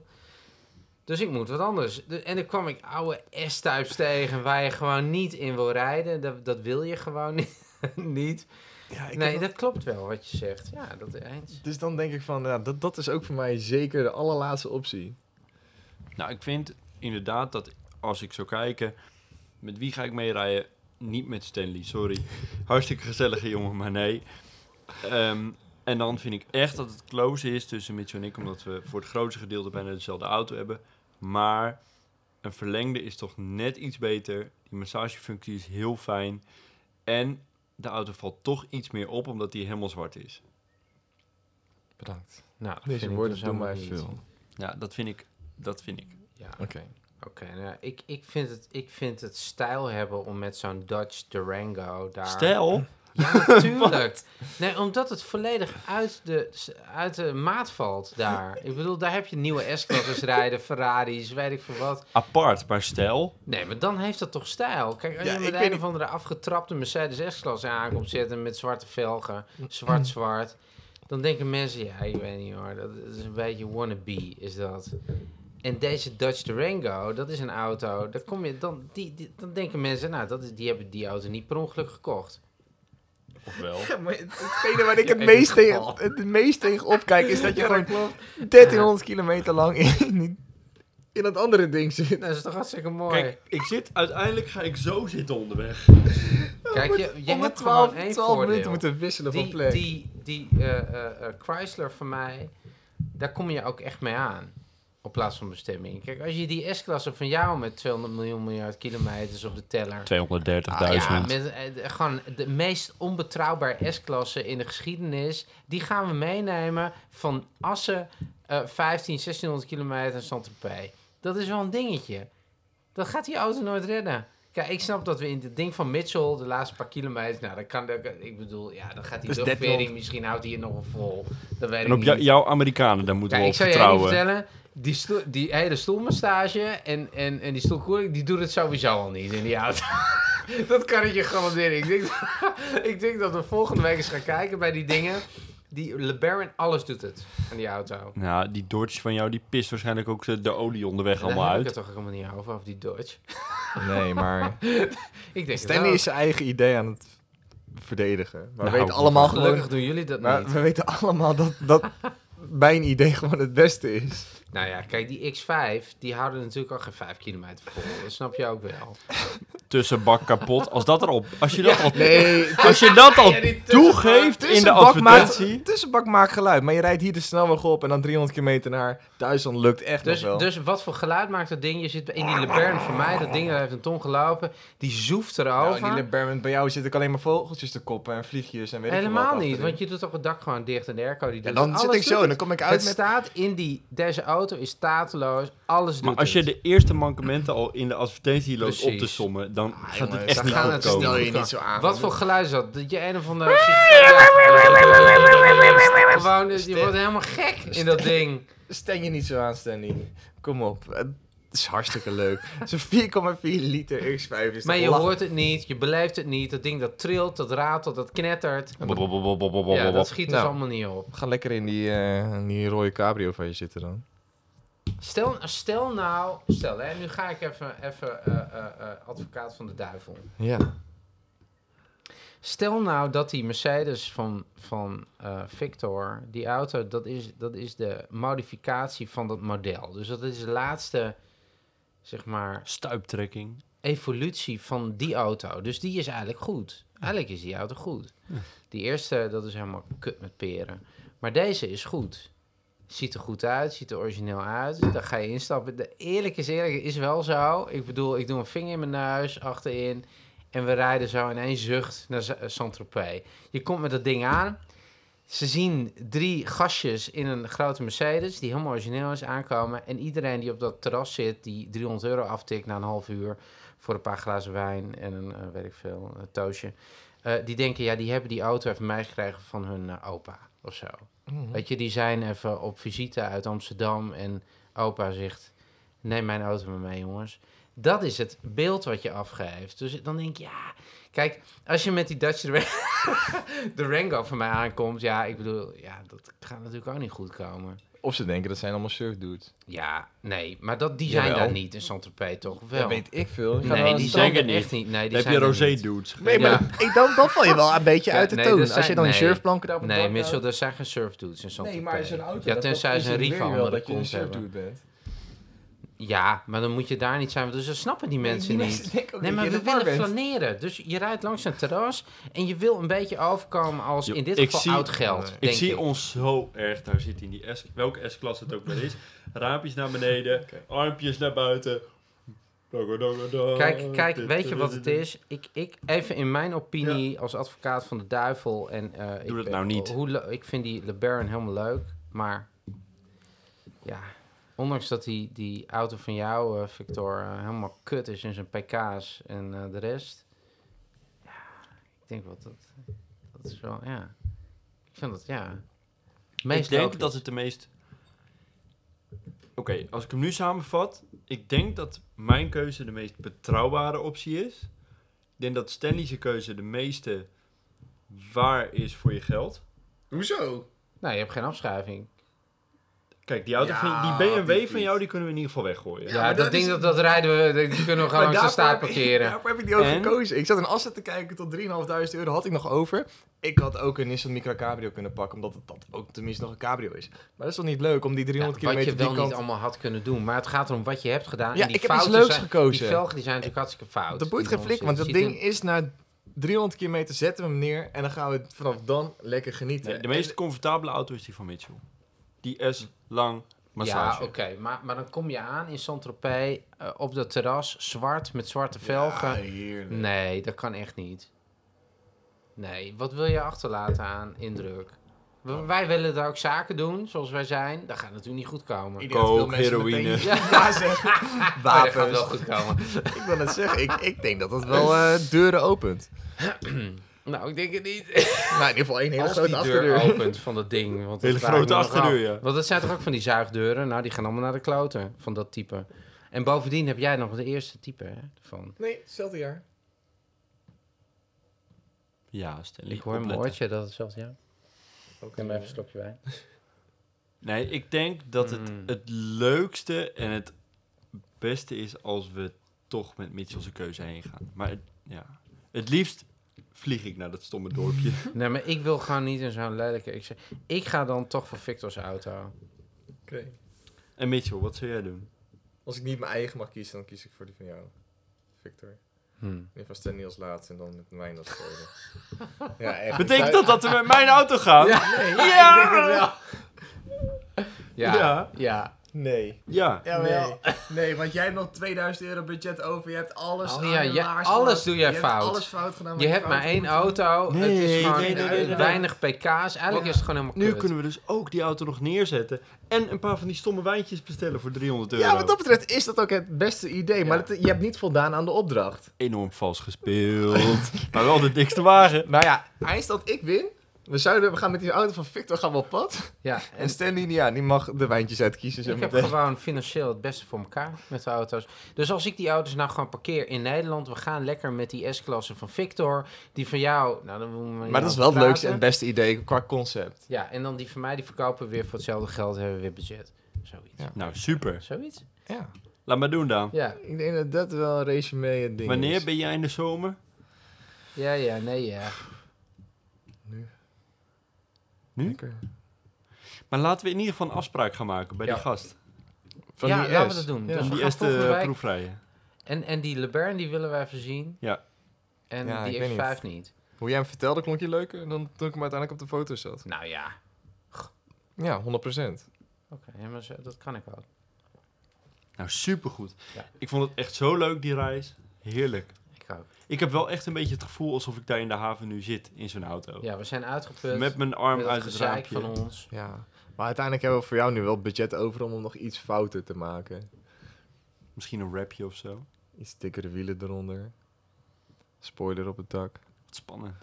Dus ik moet wat anders. De- en dan kwam ik oude S-types tegen waar je gewoon niet in wil rijden. Dat, dat wil je gewoon niet. niet. Ja, ik Nee, heb dat klopt wel wat je zegt. Ja, dat eens. Dus dan denk ik van, ja, dat, dat is ook voor mij zeker de allerlaatste optie. Nou, ik vind inderdaad dat als ik zou kijken, met wie ga ik meerijden? Niet met Stanley, sorry. Hartstikke gezellige jongen, maar nee. Ehm, en dan vind ik echt dat het close is tussen Mitchell en ik, omdat we voor het grootste gedeelte bijna dezelfde auto hebben. Maar een verlengde is toch net iets beter. Die massagefunctie is heel fijn. En de auto valt toch iets meer op, omdat die helemaal zwart is. Bedankt. Nou, dat Deze vind ik woorden dus doen helemaal mij niet. veel. Ja, dat vind ik. Dat vind ik. Ja. Oké. Oké, nou, ik, ik, vind het, ik vind het stijl hebben om met zo'n Dodge Durango daar... Stel, Ja, natuurlijk. Nee, omdat het volledig uit de, uit de maat valt daar. Ik bedoel, daar heb je nieuwe S-klasses rijden, Ferraris, weet ik veel wat. apart, maar stel. Nee, maar dan heeft dat toch stijl? Kijk, als Ja, je ik met weet een niet- of andere afgetrapte Mercedes S-klasse aankomt zitten met zwarte velgen, zwart-zwart, dan denken mensen, ja, ik weet niet hoor, dat is een beetje wannabe, is dat. En deze Dodge Durango, dat is een auto, daar kom je, dan, die, die, dan denken mensen, nou, dat is, die hebben die auto niet per ongeluk gekocht. Ofwel. Ja, maar het- hetgene waar ik Ja, het, in meest dit geval. tegen, het meest tegen opkijk is dat je gewoon dertienhonderd kilometer lang in die in dat andere ding zit. Dat is toch hartstikke mooi. Kijk, ik zit, uiteindelijk ga ik zo zitten onderweg. Kijk, je, je Om hebt twaalf, gewoon één twaalf voordeel. minuten moeten wisselen van Die, plek. die, die eh, eh, eh, Chrysler van mij, daar kom je ook echt mee aan. Op plaats van bestemming. Kijk, als je die S-klasse van jou met tweehonderd miljoen miljard kilometers op de teller... tweehonderddertigduizend. Ja, met eh, gewoon de meest onbetrouwbare S-klasse in de geschiedenis. Die gaan we meenemen van Assen, uh, vijftien, zestienhonderd kilometer naar Saint-Tropez. Dat is wel een dingetje. Dat gaat die auto nooit redden. Kijk, ik snap dat we in het ding van Mitchell, de laatste paar kilometers, nou, dan kan de, ik bedoel, ja, dan gaat die Dus luchtvering, dertig misschien houdt hij het nog wel vol. Dat weet En ik op jou- niet. jouw Amerikanen, daar moeten Kijk, we ik op zou je één ding vertrouwen. vertellen. Die, stoel, die hele stoelmassage en, en, en die stoelkoeling, die doet het sowieso al niet in die auto. Dat kan ik je garanderen. Ik denk, dat, ik denk dat we volgende week eens gaan kijken bij die dingen. Die LeBaron, alles doet het aan die auto. Nou, die Dodge van jou, die pist waarschijnlijk ook de, de olie onderweg Daar allemaal heb ik uit. het toch helemaal niet over, over die Dodge. Nee, maar Ik denk Stanley is zijn eigen idee aan het verdedigen. Maar we Nou, weten allemaal Gelukkig gewoon... doen jullie dat Maar niet. we weten allemaal dat, dat bij een idee gewoon het beste is. Nou ja, kijk, die X vijf, die houden natuurlijk al geen vijf kilometer vol. Dat snap je ook wel. Tussenbak kapot. Als dat erop... Als je dat al, Nee, als je dat al Ja, die toegeeft in de tussenbak advertentie... maakt, tussenbak maakt geluid, maar je rijdt hier de snelweg op en dan driehonderd kilometer naar Duitsland lukt echt Dus, nog wel. dus wat voor geluid maakt dat ding? Je zit in die LeBaron van mij, dat ding dat heeft een ton gelopen. Die zoeft nou, erover. in die LeBaron, bij jou zit ik alleen maar vogeltjes te koppen en vliegjes en weet ik veel wat Helemaal niet, achterin. want je doet toch het dak gewoon dicht en de airco die doet Ja, dan het. zit Alles ik doet zo en het. dan kom ik Het uit met... staat in die, deze auto is stateloos, alles doet Maar als je het. de eerste mankementen al in de advertentie loopt op te Precies. sommen, dan Ah, gaat jongens, het echt dan niet gaan goed het komen. Stel je goed niet zo aan. Wat voor geluid is dat? Dat je een of andere... Gewoon, dus je wordt helemaal gek in dat ding. Stel je niet zo aan, Stanley. Kom op. Het is hartstikke leuk. Zo'n vier komma vier liter X vijf is Maar toch je lachen. hoort het niet, je beleeft het niet. Dat ding dat trilt, dat ratelt, dat knettert. Ja, dat schiet dus Nou. allemaal niet op. Ga lekker in die, eh, in die rode cabrio van je zitten dan. Stel, stel nou, stel hè, nu ga ik even, even uh, uh, uh, advocaat van de duivel. Ja. Stel nou dat die Mercedes van, van uh, Victor, die auto, dat is, dat is de modificatie van dat model. Dus dat is de laatste, zeg maar, Stuiptrekking. evolutie van die auto. Dus die is eigenlijk goed. Eigenlijk is die auto goed. Die eerste, dat is helemaal kut met peren. Maar deze is goed. Ziet er goed uit, ziet er origineel uit. Daar ga je instappen. De eerlijk is eerlijk, is wel zo. Ik bedoel, ik doe een vinger in mijn neus, achterin. En we rijden zo in één zucht naar Z- Saint-Tropez. Je komt met dat ding aan. Ze zien drie gastjes in een grote Mercedes, die helemaal origineel is, aankomen. En iedereen die op dat terras zit, die driehonderd euro aftikt na een half uur voor een paar glazen wijn en een, uh, weet ik veel, een toosje. Uh, die denken, ja, die hebben die auto even meegekregen van hun uh, opa of zo. Mhm. Weet je, die zijn even op visite uit Amsterdam en opa zegt, neem mijn auto maar mee, jongens. Dat is het beeld wat je afgeeft. Dus dan denk je, ja, kijk, als je met die Dutch de Rango van mij aankomt, ja, ik bedoel, ja, dat gaat natuurlijk ook niet goed komen. Of ze denken dat zijn allemaal surfdudes. Ja, nee, maar dat, die zijn Jawel. daar niet in Saint-Tropez, toch? Of wel? Dat weet ik veel. Ik ga Nee, wel die eens- zijn Zeker er niet. echt niet. Nee, die Dan heb zijn je er rosé niet. dudes. Nee, maar Ja. ik, dan, dan val je wel een beetje Ja, uit de nee, toon. dat Als je zijn- dan die nee. surfplanken daar op het Nee, dak Mitchell, houdt. er zijn geen surfdudes in Saint-Tropez. Nee, maar zo'n auto... Ja, dat- tenzij dat ze een insinueer je Riva wel onder dat de je een kont hebben. surfdude bent. Ja, maar dan moet je daar niet zijn, dus dat snappen die mensen die niet. mensen denken ook Nee, dat maar je we in de war willen bent. flaneren. Dus je rijdt langs een terras en je wil een beetje overkomen als Jo, in dit ik geval zie- oud geld. Nee. Ik denk zie ons zo erg daar zitten in die S... Welke S-klasse het ook wel is. Raampjes naar beneden, Oké. armpjes naar buiten. Kijk, kijk, weet je wat het is? Ik, ik even in mijn opinie als advocaat van de duivel en uh, ik, Doe dat eh, nou niet. Hoe, le- ik vind die LeBaron helemaal leuk, maar ja, ondanks dat die, die auto van jou, uh, Victor, uh, helemaal kut is in zijn pk's en uh, de rest, ja, ik denk wel dat dat is wel, ja, ik vind dat ja. Meest Ik denk logisch. dat het de meest... Oké, als ik hem nu samenvat. Ik denk dat mijn keuze de meest betrouwbare optie is. Ik denk dat Stanley's keuze de meeste waar is voor je geld. Hoezo? Nou, je hebt geen afschrijving. Kijk, die, auto Ja, van, die B M W die van fiets. jou, die kunnen we in ieder geval weggooien. Ja, Ja, maar dat dat ding, is- dat, dat rijden we, die kunnen we gewoon Maar langs de staat daarvoor heb ik- parkeren. Daarvoor heb ik die ook En? gekozen. Ik zat in Assen te kijken tot drieduizend vijfhonderd euro had ik nog over. Ik had ook een Nissan Micra Cabrio kunnen pakken, omdat het dat ook tenminste nog een cabrio is. Maar dat is toch niet leuk om die Ja, driehonderd wat je kilometer wel die niet kant... allemaal had kunnen doen. Maar het gaat erom wat je hebt gedaan. Ja, en die ik heb iets fouten leuks zijn, gekozen. Die velgen die zijn natuurlijk hartstikke fout. Dat boeit Die geen van flik, ons want dat ziet ding er- is na driehonderd kilometer zetten we hem neer en dan gaan we vanaf dan lekker genieten. Nee, de meest comfortabele auto is die van Mitchell. Die S lang massage. Ja, oké. Maar, maar dan kom je aan in Saint-Tropez eh, op dat terras, zwart, met zwarte velgen. Ja, heerlijk. Nee, dat kan echt niet. Nee, wat wil je achterlaten aan indruk? W- Wij willen daar ook zaken doen, zoals wij zijn. Dat gaat natuurlijk niet goed komen. Ik denk dat veel Coke, mensen heroïne. meteen Ja. ja zeggen. Maar dat gaat Wapens. wel goed komen. Ik wil het zeggen, ik, ik denk dat dat wel eh, deuren opent. Nou, ik denk het niet. Nou, in ieder geval één hele Als grote die achterdeur. deur opent van dat ding. Want dat Hele vraag ik grote me nog achterdeur, af. ja. Want dat zijn toch ook van die zuigdeuren? Nou, die gaan allemaal naar de kloten van dat type. En bovendien heb jij nog de eerste type hè, van. Nee, hetzelfde jaar. Ja, Stanley. Ik hoor een opletten. woordje dat hetzelfde ja. Ook Neem even een slokje wijn. Nee, ik denk dat het Mm. het leukste en het beste is als we toch met Mitchell's keuze heen gaan. Maar het, ja, het liefst vlieg ik naar dat stomme dorpje. Nee, maar ik wil gewoon niet in zo'n lelijke... Ik, zeg, ik ga dan toch voor Victor's auto. Oké. En Mitchell, wat zou jij doen? Als ik niet mijn eigen mag kiezen, dan kies ik voor die van jou. Victor. Hm. In van Stanley als laatste en dan met mijn als tweede. Ja, echt. Betekent dat dat we met mijn auto gaan? Ja. Nee, Ja! ik denk het wel. Ja, Ja. ja. Nee. Ja. Jawel. Nee. nee, want jij hebt nog tweeduizend euro budget over. Je hebt alles Oh aan ja, je je- laars alles gehad. doe jij je fout. hebt alles fout gedaan. wat Je hebt fout maar één moet auto. Nee, het is gewoon nee, nee, nee, nee. weinig pk's. Eigenlijk Want is het gewoon helemaal Nu kut. kunnen we dus ook die auto nog neerzetten en een paar van die stomme wijntjes bestellen voor driehonderd euro. Ja, wat dat betreft is dat ook het beste idee. Maar Ja. dat, je hebt niet voldaan aan de opdracht. Enorm vals gespeeld. Maar wel de dikste wagen. Nou ja, eindstand ik win. We, zouden, we gaan met die auto van Victor gaan we op pad. Ja, En en Stanley, ja, die mag de wijntjes uitkiezen. Zo ik heb meteen. gewoon financieel het beste voor elkaar met de auto's. Dus als ik die auto's nou gewoon parkeer in Nederland, we gaan lekker met die S-klasse van Victor, die van jou, nou dan moeten we Maar dat is wel het leukste en het beste idee qua concept. Ja, en dan die van mij, die verkopen we weer voor hetzelfde geld, hebben we weer budget. Zoiets. Ja. Nou, super. Zoiets? Ja. Laat maar doen dan. Ja, Ik denk dat dat wel een resume het ding Wanneer is. ben jij in de zomer? ja, ja, nee, ja. Nu. Nu? Lekker. Maar laten we in ieder geval een afspraak gaan maken bij Ja. die gast. Van Ja, die laten we S. dat doen. Ja. Dus Om we die gaan eerste volgende week- proefrijden. En, en die LeBaron, die willen wij even zien. Ja. En Ja, ik die weet X niet. vijf niet. Hoe jij hem vertelde klonk je leuker dan toen ik hem uiteindelijk op de foto zat. Nou ja, Ja, honderd procent. oké, ja, maar zo- dat kan ik wel. Nou, supergoed. Ja. Ik vond het echt zo leuk, die reis. Heerlijk. Ik ook. Ik heb wel echt een beetje het gevoel alsof ik daar in de haven nu zit, in zo'n auto. Ja, we zijn uitgeput. Met mijn arm met uit het het gezeik raampje. van ons. Ja. Maar uiteindelijk hebben we voor jou nu wel budget over om hem nog iets fouter te maken. Misschien een rapje of zo. Iets dikkere wielen eronder. Spoiler op het dak. Wat spannend.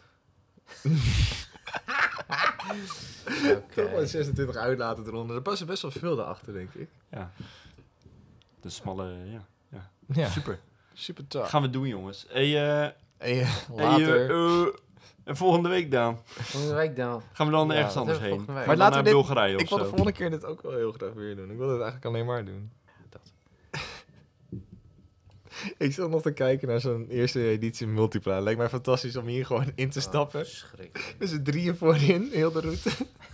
Oké. Toch wel zesentwintig uitlaten eronder. Er passen best wel veel erachter, denk ik. Ja. De smalle, ja. Ja, Super. super tof. Gaan we doen, jongens. Hey, eh, En je, hey, later. eh, eh, en volgende week dan? Volgende week dan. Gaan we dan Ja, ergens dat anders is heen? volgende week. Maar Maar laten laten naar we dit- Bulgarije of Ik wil de zo. volgende keer dit ook wel heel graag weer doen. Ik wil het eigenlijk alleen maar doen. Dat. Ik zat nog te kijken naar zo'n eerste editie Multipla. Lijkt mij fantastisch om hier gewoon in te Oh, stappen. verschrikkelijk. Met z'n drieën voorin, heel de route.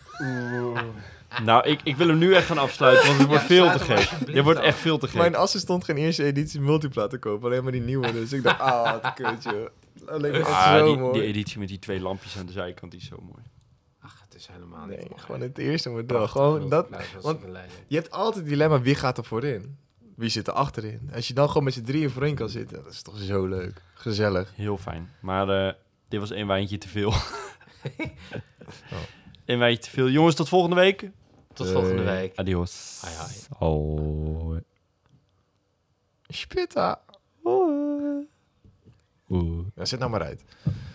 Nou, ik, ik wil hem nu echt gaan afsluiten, want het wordt Ja, veel sluit te hem gek. alsjeblieft Je wordt af. echt veel te gek. Mijn assen stond geen eerste editie Multipla te kopen. Alleen maar die nieuwe. Dus ik dacht, ah, wat een kut, joh. Alleen maar echt Ah, zo die, mooi. die editie met die twee lampjes aan de zijkant, die is zo mooi. Ach, het is helemaal niet Nee, mooi. gewoon het eerste model. Prachtig, Gewoon dat, nou, dat is want- beleid. je hebt altijd het dilemma, wie gaat er voorin? Wie zit er achterin? Als je dan gewoon met z'n drieën voorin kan zitten, dat is toch zo leuk. Gezellig. Heel fijn. Maar eh, dit was één wijntje te veel. Oh. Eén wijntje te veel. Jongens, tot volgende week. Tot Eh, volgende week. Adios. Hoi, hoi. Hoi. Spitta. Oeh. Ja, zet nou maar uit.